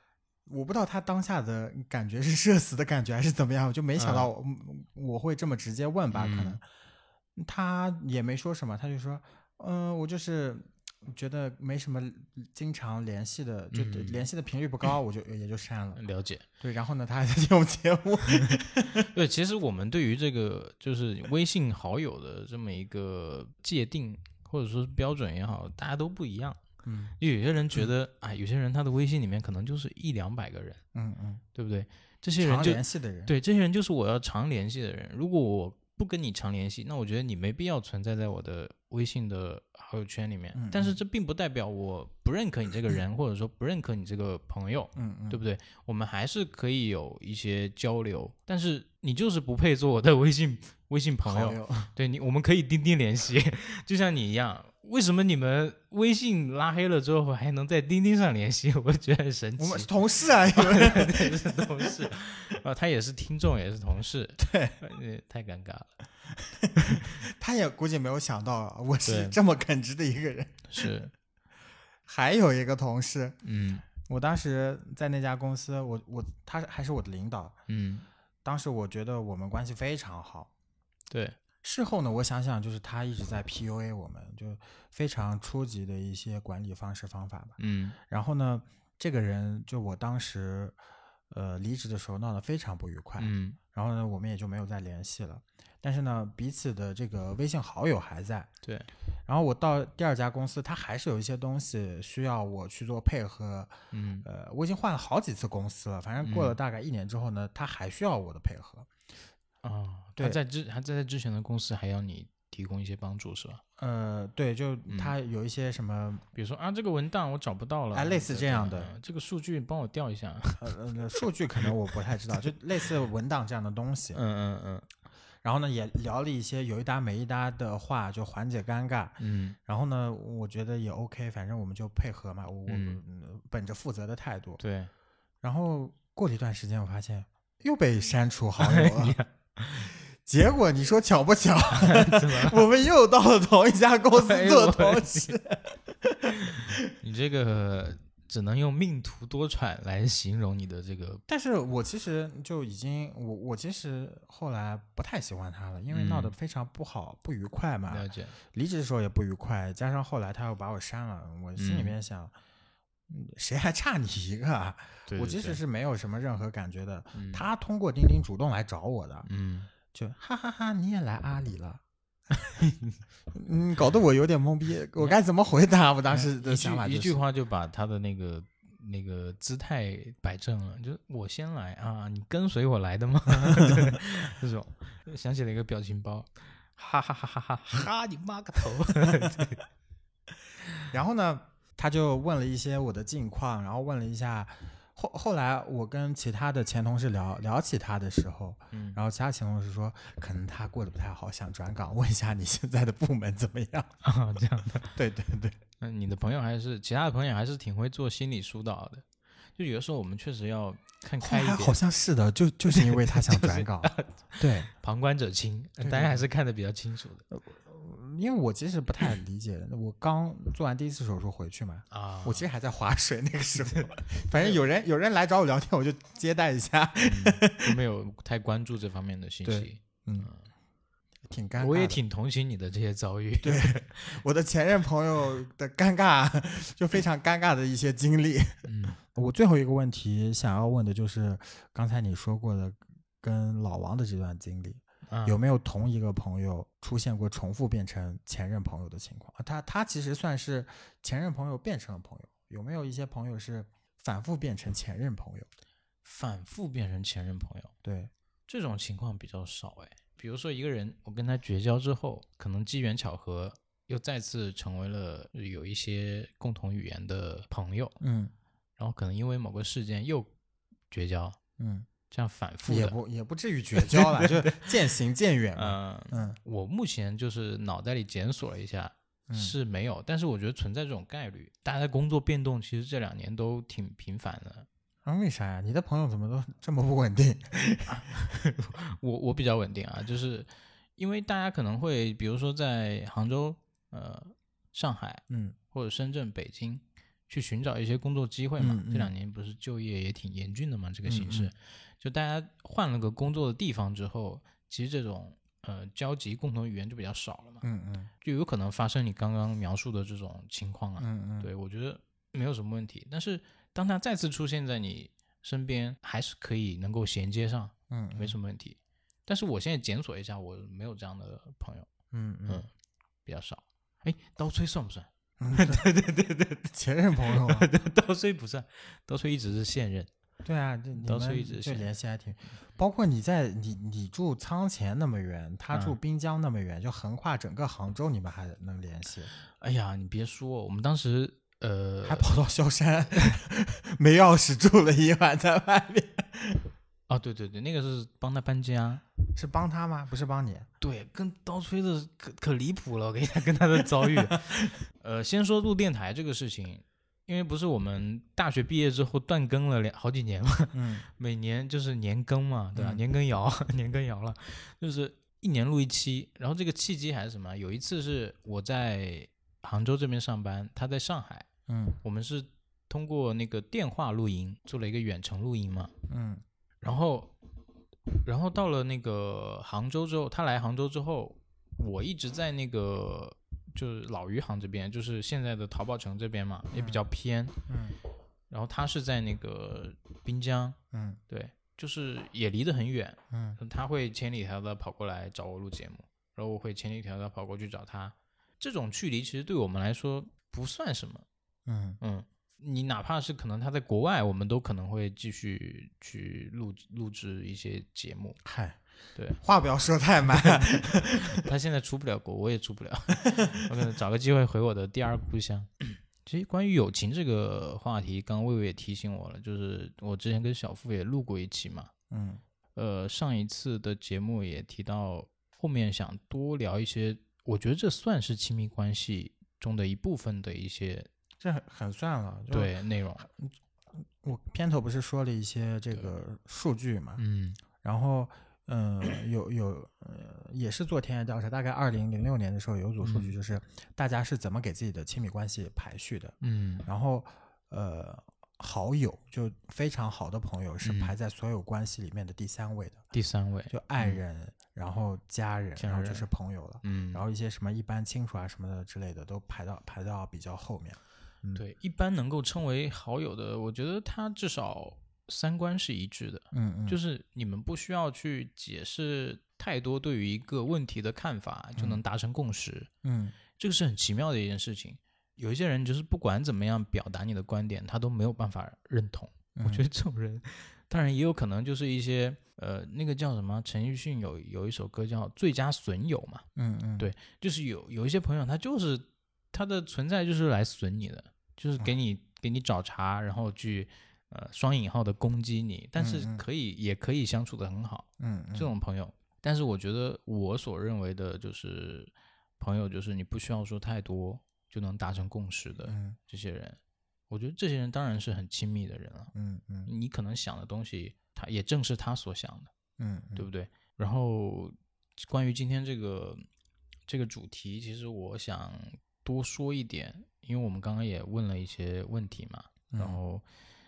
我不知道他当下的感觉是社死的感觉还是怎么样，我就没想到我会这么直接问吧，可能他也没说什么，他就说我就是觉得没什么经常联系的，就联系的频率不高，我就也就删了。 了解。 对，然后呢，他还在听我们节目。 对，其实我们对于这个就是微信好友的这么一个界定或者说是标准也好，大家都不一样。就有些人觉得有些人他的微信里面可能就是100-200个人，对不对？这些人就常联系的人， 对，这些人就是我要常联系的人。如果我不跟你常联系，那我觉得你没必要存在在我的微信的好友圈里面。但是这并不代表我不认可你这个人，或者说不认可你这个朋友，对不对？我们还是可以有一些交流，但是你就是不配做我的微信朋友。对你，我们可以钉钉联系，就像你一样。为什么你们微信拉黑了之后还能在钉钉上联系？我觉得很神奇。 我们是同事啊， 对，是同事他也是听众，也是同事。 对， 太尴尬了。 他也估计没有想到我是这么耿直的一个人。 是， 还有一个同事，我当时在那家公司，他还是我的领导，当时我觉得我们关系非常好。 对。 事后呢，我想想，就是他一直在 PUA 我们，就非常初级的一些管理方式方法吧。然后呢，这个人就我当时离职的时候闹得非常不愉快。然后呢，我们也就没有再联系了。但是呢，彼此的这个微信好友还在。 对。 然后我到第二家公司，他还是有一些东西需要我去做配合。我已经换了好几次公司了，反正过了大概1年之后呢，他还需要我的配合。 对，他在之前的公司还要你提供一些帮助是吧？ 对，就他有一些什么， 比如说这个文档我找不到了， 类似这样的， 这个数据帮我调一下。 数据可能我不太知道，就类似文档这样的东西。然后呢，也聊了一些有一搭没一搭的话，就缓解尴尬。然后呢，我觉得也 OK， 反正我们就配合嘛，我本着负责的态度。 对。 然后过了一段时间，我发现又被删除好友了。结果你说巧不巧，我们又到了同一家公司做同事。 你这个只能用命途多舛来形容你的这个。 但是我其实就已经我其实后来不太喜欢他了，因为闹得非常不好，不愉快嘛。 了解。 离职的时候也不愉快，加上后来他又把我删了，我心里面想，谁还差你一个啊？ 对， 我其实是没有什么任何感觉的。他通过钉钉主动来找我的。就哈哈哈，你也来阿里了。搞得我有点懵逼，我该怎么回答？我当时的想法一句话就把他的那个姿态摆正了，就我先来啊，你跟随我来的吗？这种想起了一个表情包，哈哈哈哈哈哈，你妈个头！ 然后呢，他就问了一些我的近况，然后问了一下。后来我跟其他的前同事聊起他的时候，然后其他前同事说，可能他过得不太好，想转岗，问一下你现在的部门怎么样啊？这样的。 对对对。 那你的朋友其他的朋友还是挺会做心理疏导的，就有的时候我们确实要看开一点。 好像是的，就是因为他想转岗。对， 旁观者清，大家还是看得比较清楚的。 因为我其实不太理解，我刚做完第一次手术回去嘛，我其实还在划水那个时候，反正有人来找我聊天，我就接待一下， 就没有太关注这方面的信息。 挺尴尬的。 我也挺同情你的这些遭遇。 对，我的前任朋友的尴尬，就非常尴尬的一些经历。我最后一个问题想要问的就是刚才你说过的跟老王的这段经历。有没有同一个朋友出现过重复变成前任朋友的情况？他其实算是前任朋友变成了朋友，有没有一些朋友是反复变成前任朋友？ 反复变成前任朋友， 对， 这种情况比较少。比如说一个人，我跟他绝交之后，可能机缘巧合又再次成为了有一些共同语言的朋友。然后可能因为某个事件又绝交。这样反复的也不至于绝交了，就渐行渐远嘛。 我目前就是脑袋里检索了一下，是没有，但是我觉得存在这种概率。大家工作变动其实这2年都挺频繁的。 为啥呀？你的朋友怎么都这么不稳定？ 我比较稳定啊，就是因为大家可能会，比如说在杭州、上海，或者深圳、北京， 去寻找一些工作机会嘛。这2年不是就业也挺严峻的嘛，这个形势，就大家换了个工作的地方之后，其实这种交集共同语言就比较少了嘛。就有可能发生你刚刚描述的这种情况啊。对，我觉得没有什么问题。但是当他再次出现在你身边，还是可以能够衔接上，没什么问题。但是我现在检索一下，我没有这样的朋友，比较少。哎，刀吹算不算？对， 前任朋友啊。 刀吹不算，刀吹一直是现任。 对啊，刀吹一直就联系还挺，包括你住仓前那么远，他住滨江那么远，就横跨整个杭州，你们还能联系？ 哎呀，你别说，我们当时还跑到萧山没钥匙住了一晚在外面。 哦，对，那个是帮他搬家。 是帮他吗？不是帮你？ 对，跟刀吹的可离谱了，我跟他的遭遇。先说录电台这个事情，因为不是我们大学毕业之后断更了好几年嘛，每年就是年更嘛，对吧？年更摇了，就是1年录1期。然后这个契机还是什么？有一次是我在杭州这边上班，他在上海，我们是通过那个电话录音做了一个远程录音嘛，然后到了那个杭州之后，他来杭州之后，我一直在那个就是老余杭这边，就是现在的淘宝城这边嘛，也比较偏。然后他是在那个滨江，对，就是也离得很远。他会千里迢迢跑过来找我录节目，然后我会千里迢迢跑过去找他。这种距离其实对我们来说不算什么。你哪怕是可能他在国外，我们都可能会继续去录制一些节目。 嗨， 对， 话不要说太满。 他现在出不了国，我也出不了。我可能找个机会回我的第2故乡。其实关于友情这个话题，刚刚魏魏也提醒我了，就是我之前跟小付也录过一期嘛。上一次的节目也提到，后面想多聊一些，我觉得这算是亲密关系中的一部分的一些。 这很算了， 对内容。 我片头不是说了一些这个数据嘛，然后也是做田野调查，大概2006年的时候有组数据，就是大家是怎么给自己的亲密关系排序的，然后好友就非常好的朋友是排在所有关系里面的第3位的， 第3位， 就爱人，然后家人，然后就是朋友了，然后一些什么一般亲属啊什么的之类的都排到比较后面。 对，一般能够称为好友的，我觉得他至少3观是一致的。就是你们不需要去解释太多对于一个问题的看法，就能达成共识。这个是很奇妙的一件事情。有一些人就是不管怎么样表达你的观点，他都没有办法认同。我觉得这种人，当然也有可能就是一些那个叫什么，陈奕迅有一首歌叫《最佳损友》嘛。对，就是有一些朋友，他就是他的存在就是来损你的，就是给你找茬，然后去双引号的攻击你，但是也可以相处的很好。这种朋友。但是我觉得我所认为的就是朋友，就是你不需要说太多就能达成共识的这些人。我觉得这些人当然是很亲密的人了。你可能想的东西，他也正是他所想的。对不对？然后关于今天这个主题，其实我想多说一点，因为我们刚刚也问了一些问题嘛。然后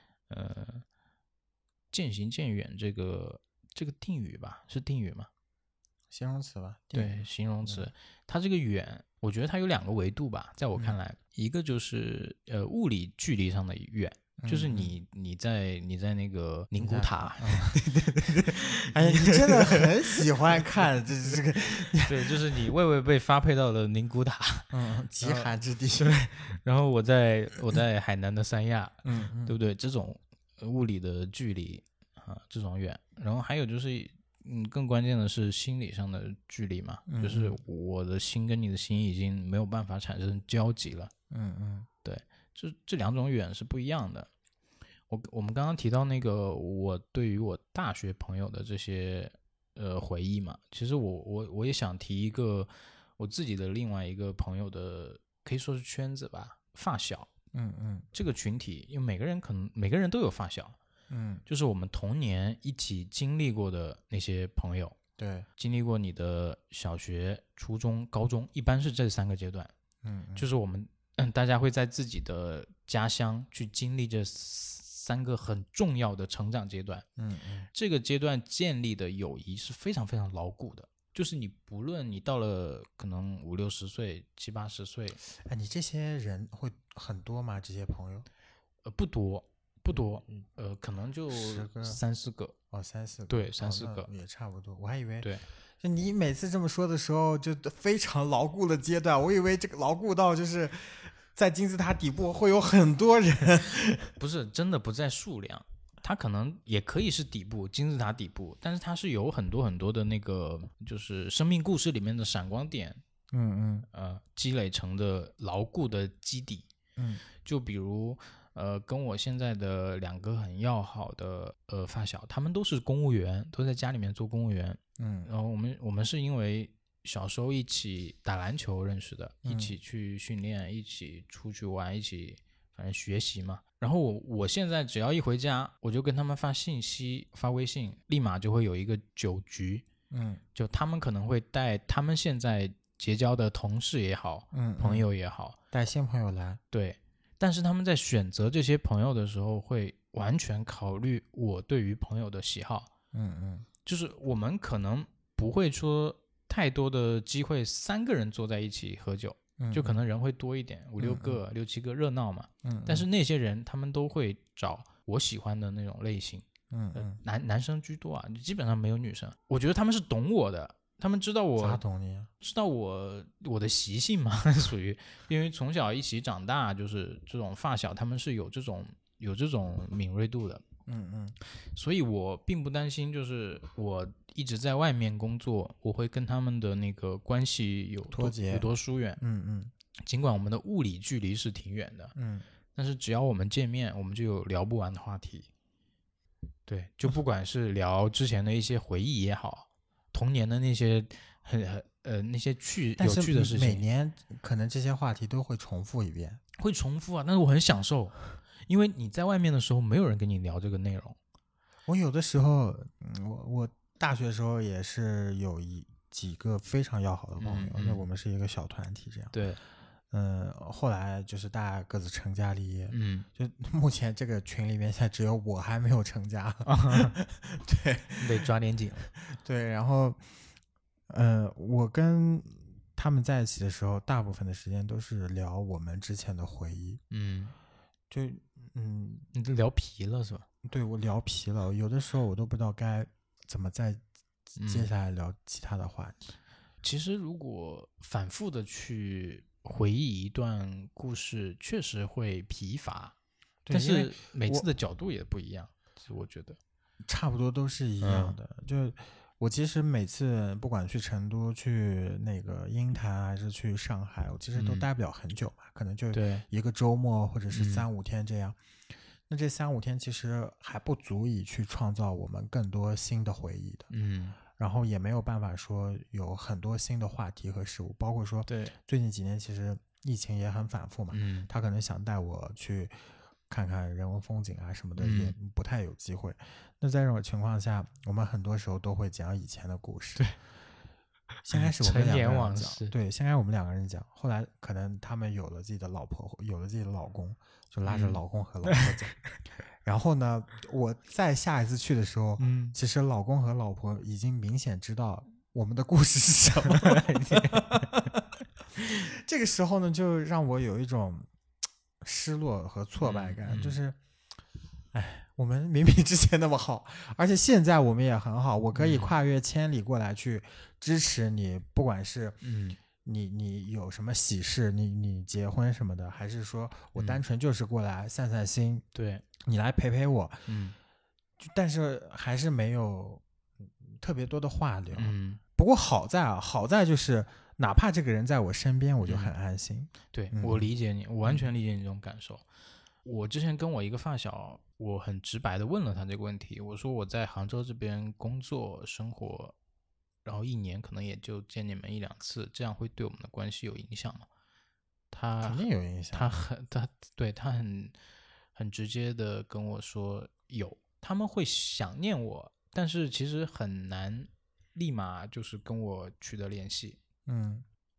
渐行渐远这个定语吧，是定语吗？ 形容词吧。 对，形容词。它这个远，我觉得它有2个维度吧，在我看来，一个就是物理距离上的远，就是你在那个宁古塔。 哎呀，你真的很喜欢看这个。 对，就是你魏被发配到了宁古塔， 极寒之地。 对，然后我在海南的三亚，对不对？这种物理的距离啊，这种远。然后还有就是更关键的是心理上的距离嘛，就是我的心跟你的心已经没有办法产生交集了。对，这2种远是不一样的。我们刚刚提到那个我对于我大学朋友的这些回忆嘛，其实我也想提一个我自己的另外一个朋友的，可以说是圈子吧，发小。这个群体，因为每个人都有发小。就是我们童年一起经历过的那些朋友。 对， 经历过你的小学、初中、高中，一般是这3个阶段。就是我们大家会在自己的家乡去经历这3个很重要的成长阶段。这个阶段建立的友谊是非常非常牢固的，就是你不论你到了可能50、60岁、70、80岁， 你这些人会很多吗？这些朋友？ 不多，可能就 10个、 3、4个。 哦，3、4个， 对，3、4个也差不多。我还以为对。 就你每次这么说的时候，就非常牢固的阶段，我以为这个牢固到就是在金字塔底部会有很多人。 不是，真的不在数量，它可能也可以是底部，金字塔底部，但是它是有很多很多的那个，就是生命故事里面的闪光点，积累成的牢固的基底。就比如跟我现在的2个很要好的发小，他们都是公务员，都在家里面做公务员。然后我们是因为小时候一起打篮球认识的，一起去训练，一起出去玩，一起反正学习嘛。然后我现在只要一回家，我就跟他们发信息、发微信，立马就会有一个酒局。就他们可能会带他们现在结交的同事也好，朋友也好， 带新朋友来。 对，但是他们在选择这些朋友的时候，会完全考虑我对于朋友的喜好。就是我们可能不会说太多的机会3个人坐在一起喝酒，就可能人会多一点，5、6个、6、7个热闹嘛。但是那些人他们都会找我喜欢的那种类型。男生居多啊，基本上没有女生。我觉得他们是懂我的，他们知道我咋懂你？ 知道我的习性嘛，属于因为从小一起长大，就是这种发小，他们是有这种敏锐度的。所以我并不担心，就是我一直在外面工作，我会跟他们的那个关系有多疏远。尽管我们的物理距离是挺远的，但是只要我们见面，我们就有聊不完的话题。对，就不管是聊之前的一些回忆也好，童年的那些那些有趣的事情， 每年可能这些话题都会重复一遍。 会重复啊，但是我很享受。因为你在外面的时候，没有人跟你聊这个内容。 我有的时候，我大学的时候也是有几个非常要好的朋友，那我们是一个小团体这样。 对， 后来就是大家各自成家立业。就目前这个群里面现在只有我还没有成家。对， 得抓点紧。 对，然后，我跟他们在一起的时候，大部分的时间都是聊我们之前的回忆。就你都聊皮了是吧？ 对，我聊皮了，有的时候我都不知道该怎么再接下来聊其他的话题。 其实如果反复的去回忆一段故事，确实会疲乏，但是每次的角度也不一样，其实我觉得差不多都是一样的。就我其实每次不管去成都、去那个鹰潭还是去上海，我其实都待不了很久嘛，可能就一个周末或者是3、5天这样。那这3、5天其实还不足以去创造我们更多新的回忆的。然后也没有办法说有很多新的话题和事物，包括说最近几年其实疫情也很反复嘛，他可能想带我去看看人文风景啊什么的，也不太有机会。那在这种情况下，我们很多时候都会讲以前的故事。 对， 先开始我们2个人往事。 对，先开始我们2个人讲，后来可能他们有了自己的老婆，有了自己的老公，就拉着老公和老婆讲。然后呢，我再下一次去的时候，其实老公和老婆已经明显知道我们的故事是什么了。这个时候呢，就让我有一种失落和挫败感，就是，我们明明之前那么好，而且现在我们也很好，我可以跨越千里过来去支持你，不管是你有什么喜事，你结婚什么的，还是说我单纯就是过来散散心， 对， 你来陪陪我，但是还是没有特别多的话聊。不过好在就是哪怕这个人在我身边，我就很安心。 对，我理解你，我完全理解你这种感受。我之前跟我一个发小，我很直白的问了他这个问题，我说我在杭州这边工作生活，然后1年可能也就见你们1、2次，这样会对我们的关系有影响吗？他肯定有影响。 他很直接的跟我说有，他们会想念我，但是其实很难立马就是跟我取得联系。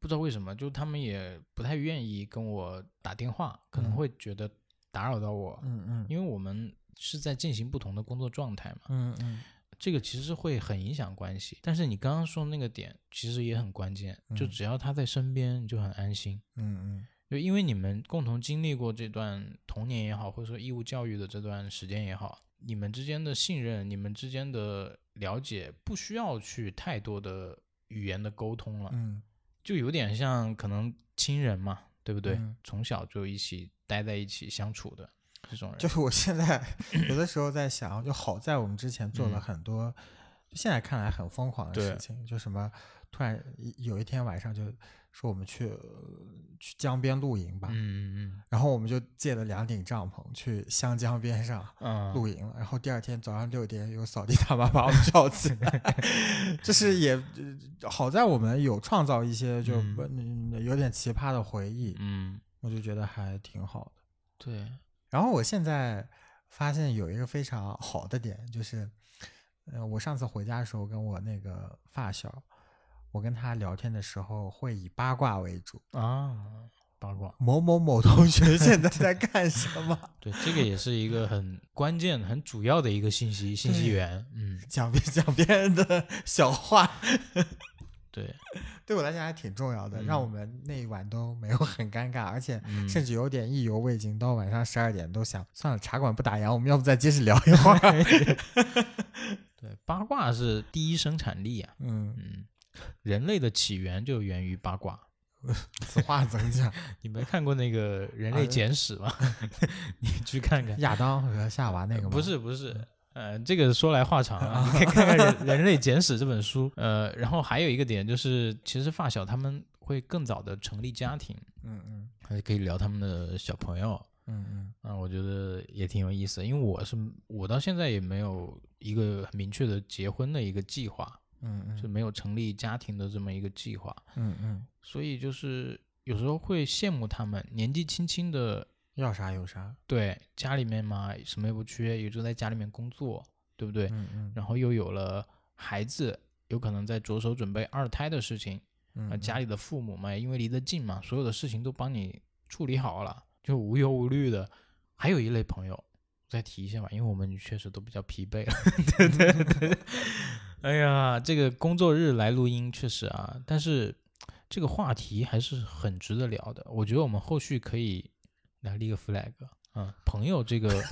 不知道为什么，就他们也不太愿意跟我打电话，可能会觉得打扰到我，因为我们是在进行不同的工作状态嘛，这个其实会很影响关系。但是你刚刚说那个点其实也很关键，就只要他在身边，你就很安心，就因为你们共同经历过这段童年也好，或者说义务教育的这段时间也好，你们之间的信任，你们之间的了解，不需要去太多的语言的沟通了，就有点像可能亲人嘛，对不对？从小就一起待在一起相处的这种人。 就是我现在有的时候在想，就好在我们之前做了很多现在看来很疯狂的事情，就什么突然有一天晚上就说我们去江边露营吧，然后我们就借了2顶帐篷去湘江边上露营了，然后第二天早上6点有扫地大妈把我们叫起来，就是也好在我们有创造一些就有点奇葩的回忆，我就觉得还挺好的。 对， 然后我现在发现有一个非常好的点，就是我上次回家的时候跟我那个发小，我跟他聊天的时候会以八卦为主啊，八卦某某某同学现在在干什么对，这个也是一个很关键很主要的一个信息源， 讲别人的小话对， 对我来讲还挺重要的，让我们那一晚都没有很尴尬，而且甚至有点意犹未尽，到晚上12点都想算了，茶馆不打烊，我们要不再接着聊一会儿对，八卦是第一生产力啊，人类的起源就源于八卦。 此话怎讲？ 你没看过那个《人类简史》吗？你去看看亚当和夏娃那个吗？ 不是，这个说来话长啊，你可以看看人类简史》这本书。然后还有一个点就是，其实发小他们会更早的成立家庭，还可以聊他们的小朋友，我觉得也挺有意思的。因为我到现在也没有一个很明确的结婚的一个计划，就没有成立家庭的这么一个计划，所以就是有时候会羡慕他们年纪轻轻的。 要啥有啥， 对，家里面嘛什么也不缺，也就在家里面工作，对不对？然后又有了孩子，有可能在着手准备2胎的事情，家里的父母嘛，因为离得近嘛，所有的事情都帮你处理好了，就无忧无虑的。还有一类朋友，再提一下吧，因为我们确实都比较疲惫了。对，哎呀，这个工作日来录音确实啊，但是这个话题还是很值得聊的。我觉得我们后续可以来立个 flag 朋友这个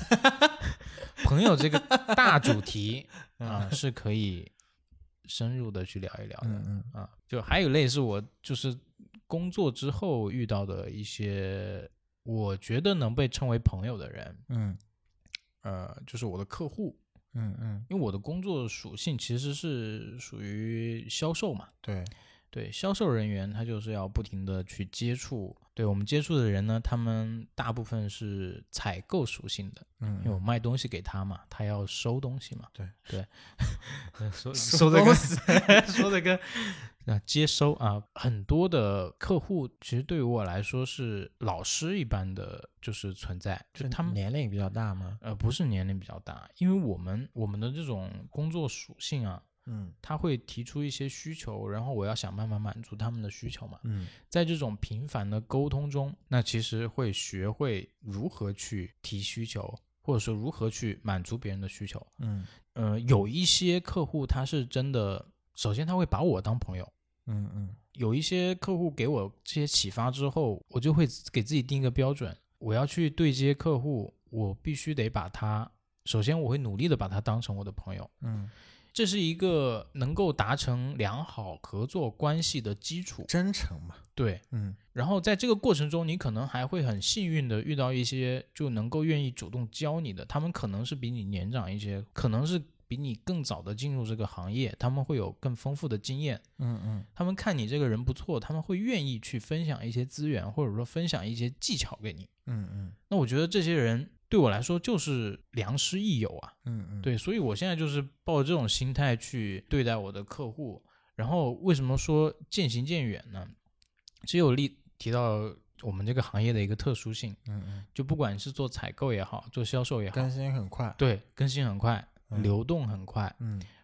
大主题是可以深入的去聊一聊的就还有类似我就是工作之后遇到的一些我觉得能被称为朋友的人，就是我的客户，因为我的工作属性其实是属于销售嘛，对，销售人员他就是要不停的去接触，对我们接触的人呢，他们大部分是采购属性的，因为我卖东西给他嘛，他要收东西嘛，对收的跟接收啊，很多的客户其实对于我来说是老师一般的就是存在，就他们年龄比较大吗？ 不是年龄比较大，因为我们的这种工作属性啊，他会提出一些需求，然后我要想办法满足他们的需求嘛。在这种频繁的沟通中，那其实会学会如何去提需求，或者说如何去满足别人的需求。有一些客户他是真的，首先他会把我当朋友。有一些客户给我这些启发之后，我就会给自己定一个标准，我要去对接客户，我必须得把他，首先我会努力的把他当成我的朋友。这是一个能够达成良好合作关系的基础， 真诚嘛。 对，然后在这个过程中，你可能还会很幸运的遇到一些就能够愿意主动教你的，他们可能是比你年长一些，可能是比你更早的进入这个行业，他们会有更丰富的经验。他们看你这个人不错，他们会愿意去分享一些资源，或者说分享一些技巧给你。那我觉得这些人对我来说就是良师益友啊。对，所以我现在就是抱着这种心态去对待我的客户。然后为什么说渐行渐远呢？只有提到我们这个行业的一个特殊性。就不管是做采购也好，做销售也好， 更新很快。 对，更新很快，流动很快。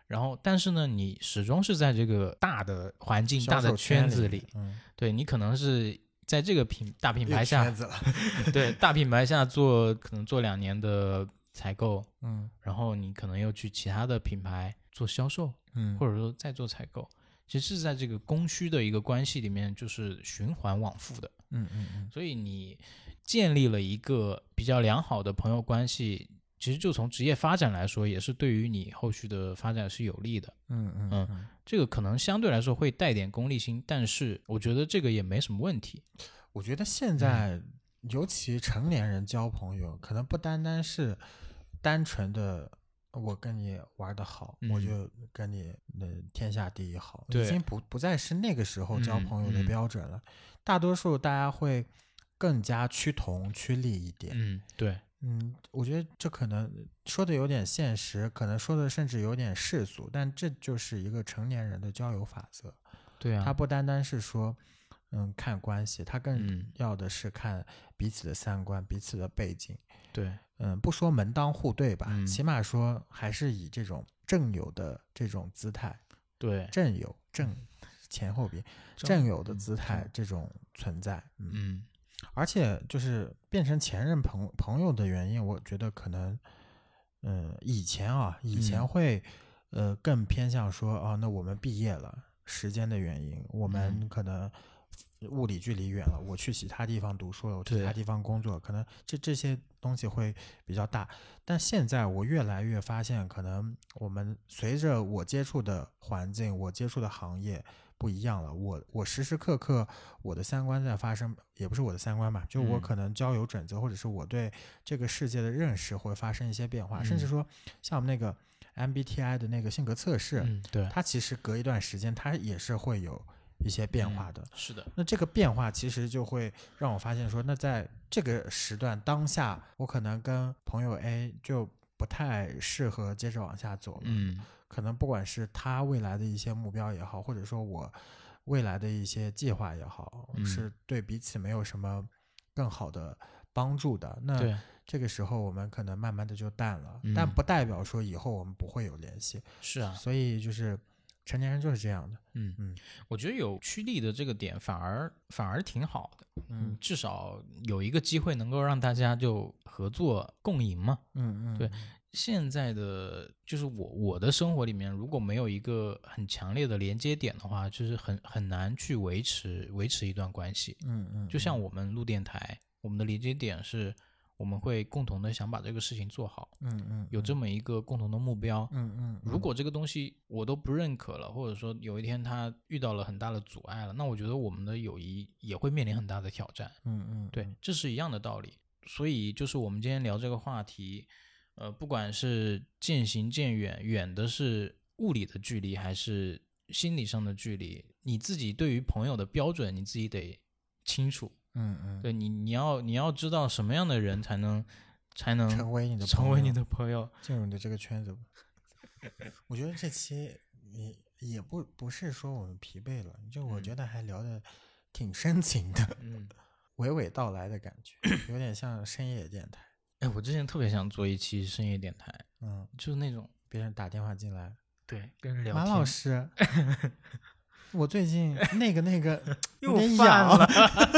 然后但是呢你始终是在这个大的环境大的圈子里，对，你可能是在这个大品牌下对，大品牌下可能做2年的采购，然后你可能又去其他的品牌做销售，或者说再做采购，其实是在这个供需的一个关系里面就是循环往复的，所以你建立了一个比较良好的朋友关系，其实就从职业发展来说也是对于你后续的发展是有利的。这个可能相对来说会带点功利心，但是我觉得这个也没什么问题。 我觉得现在尤其成年人交朋友可能不单单是单纯的我跟你玩得好，我就跟你天下第一好，已经不再是那个时候交朋友的标准了。大多数大家会更加趋同趋利一点。 对， 我觉得这可能说的有点现实，可能说的甚至有点世俗，但这就是一个成年人的交友法则。 对啊， 他不单单是说看关系，他更要的是看彼此的三观，彼此的背景。 对， 不说门当户对吧，起码说还是以这种正友的这种姿态， 对， 正友前后鼻正友的姿态这种存在。而且就是变成前任朋友的原因，我觉得可能以前会更偏向说那我们毕业了，时间的原因，我们可能物理距离远了，我去其他地方读书了，我去其他地方工作，可能这些东西会比较大。但现在我越来越发现，可能我们随着我接触的环境，我接触的行业不一样了，我时时刻刻我的三观在发生，也不是我的三观吧，就我可能交友准则或者是我对这个世界的认识会发生一些变化，甚至说像我们那个 MBTI 的那个性格测试， 对， 它其实隔一段时间它也是会有一些变化的。 是的， 那这个变化其实就会让我发现说，那在这个时段当下，我可能跟朋友 A 就不太适合接着往下走了。可能不管是他未来的一些目标也好，或者说我未来的一些计划也好，是对彼此没有什么更好的帮助的。那这个时候我们可能慢慢的就淡了，但不代表说以后我们不会有联系。 是啊， 所以就是成年人就是这样的。 我觉得有趋利的这个点反而挺好的。至少有一个机会能够让大家就合作共赢嘛。对。现在的就是我的生活里面，如果没有一个很强烈的连接点的话，就是很难去维持一段关系。就像我们录电台，我们的连接点是我们会共同的想把这个事情做好。有这么一个共同的目标。如果这个东西我都不认可了，或者说有一天他遇到了很大的阻碍了，那我觉得我们的友谊也会面临很大的挑战。对，这是一样的道理。所以就是我们今天聊这个话题。不管是渐行渐远，远的是物理的距离还是心理上的距离，你自己对于朋友的标准你自己得清楚。对，你要知道什么样的人才能成为你的朋友，进入你的这个圈子。我觉得这期也不是说我们疲惫了，就我觉得还聊得挺深情的。娓娓道来的感觉，有点像深夜电台。 我之前特别想做一期深夜电台，就是那种别人打电话进来， 对，跟人聊天。 马老师，我最近那个又犯了。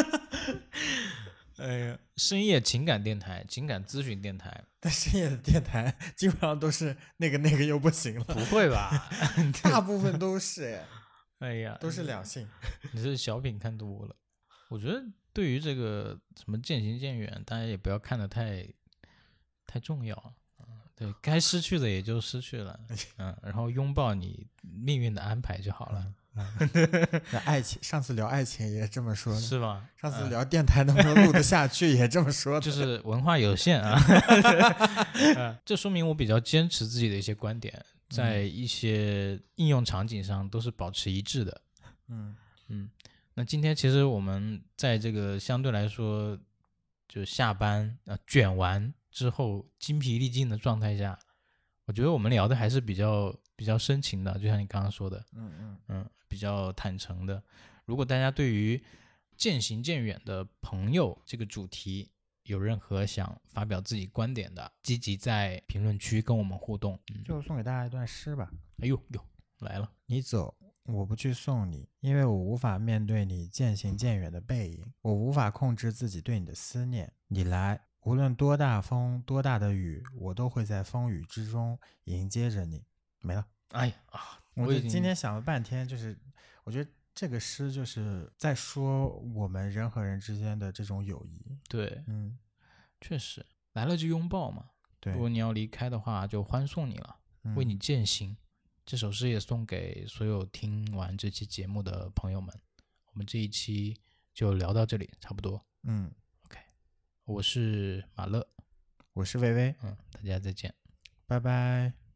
哎呀，深夜情感电台、情感咨询电台， 但深夜的电台基本上都是那个又不行了。 不会吧？ 大部分都是哎呀， 都是两性。 你是小品看多了。我觉得对于这个什么渐行渐远，大家也不要看得太重要。对，该失去的也就失去了。然后拥抱你命运的安排就好了。 爱情，上次聊爱情也这么说的， 是吧？ 上次聊电台能不能录得下去也这么说的， 就是文化有限啊。这说明我比较坚持自己的一些观点，在一些应用场景上都是保持一致的。那今天其实我们在这个相对来说就下班卷完之后精疲力尽的状态下，我觉得我们聊的还是比较深情的，就像你刚刚说的。比较坦诚的。如果大家对于渐行渐远的朋友这个主题有任何想发表自己观点的，积极在评论区跟我们互动。 最后送给大家一段诗吧。 哎呦呦，来了。 你走，我不去送你，因为我无法面对你渐行渐远的背影，我无法控制自己对你的思念。你来，无论多大风多大的雨，我都会在风雨之中迎接着你。没了。 哎呀啊！ 我今天想了半天，就是我觉得这个诗就是在说我们人和人之间的这种友谊。 对，确实来了就拥抱嘛。 对， 如果你要离开的话，就欢送你了，为你践行。这首诗也送给所有听完这期节目的朋友们。我们这一期就聊到这里，差不多。OK， 我是马乐， 我是薇薇， 大家再见， 拜拜。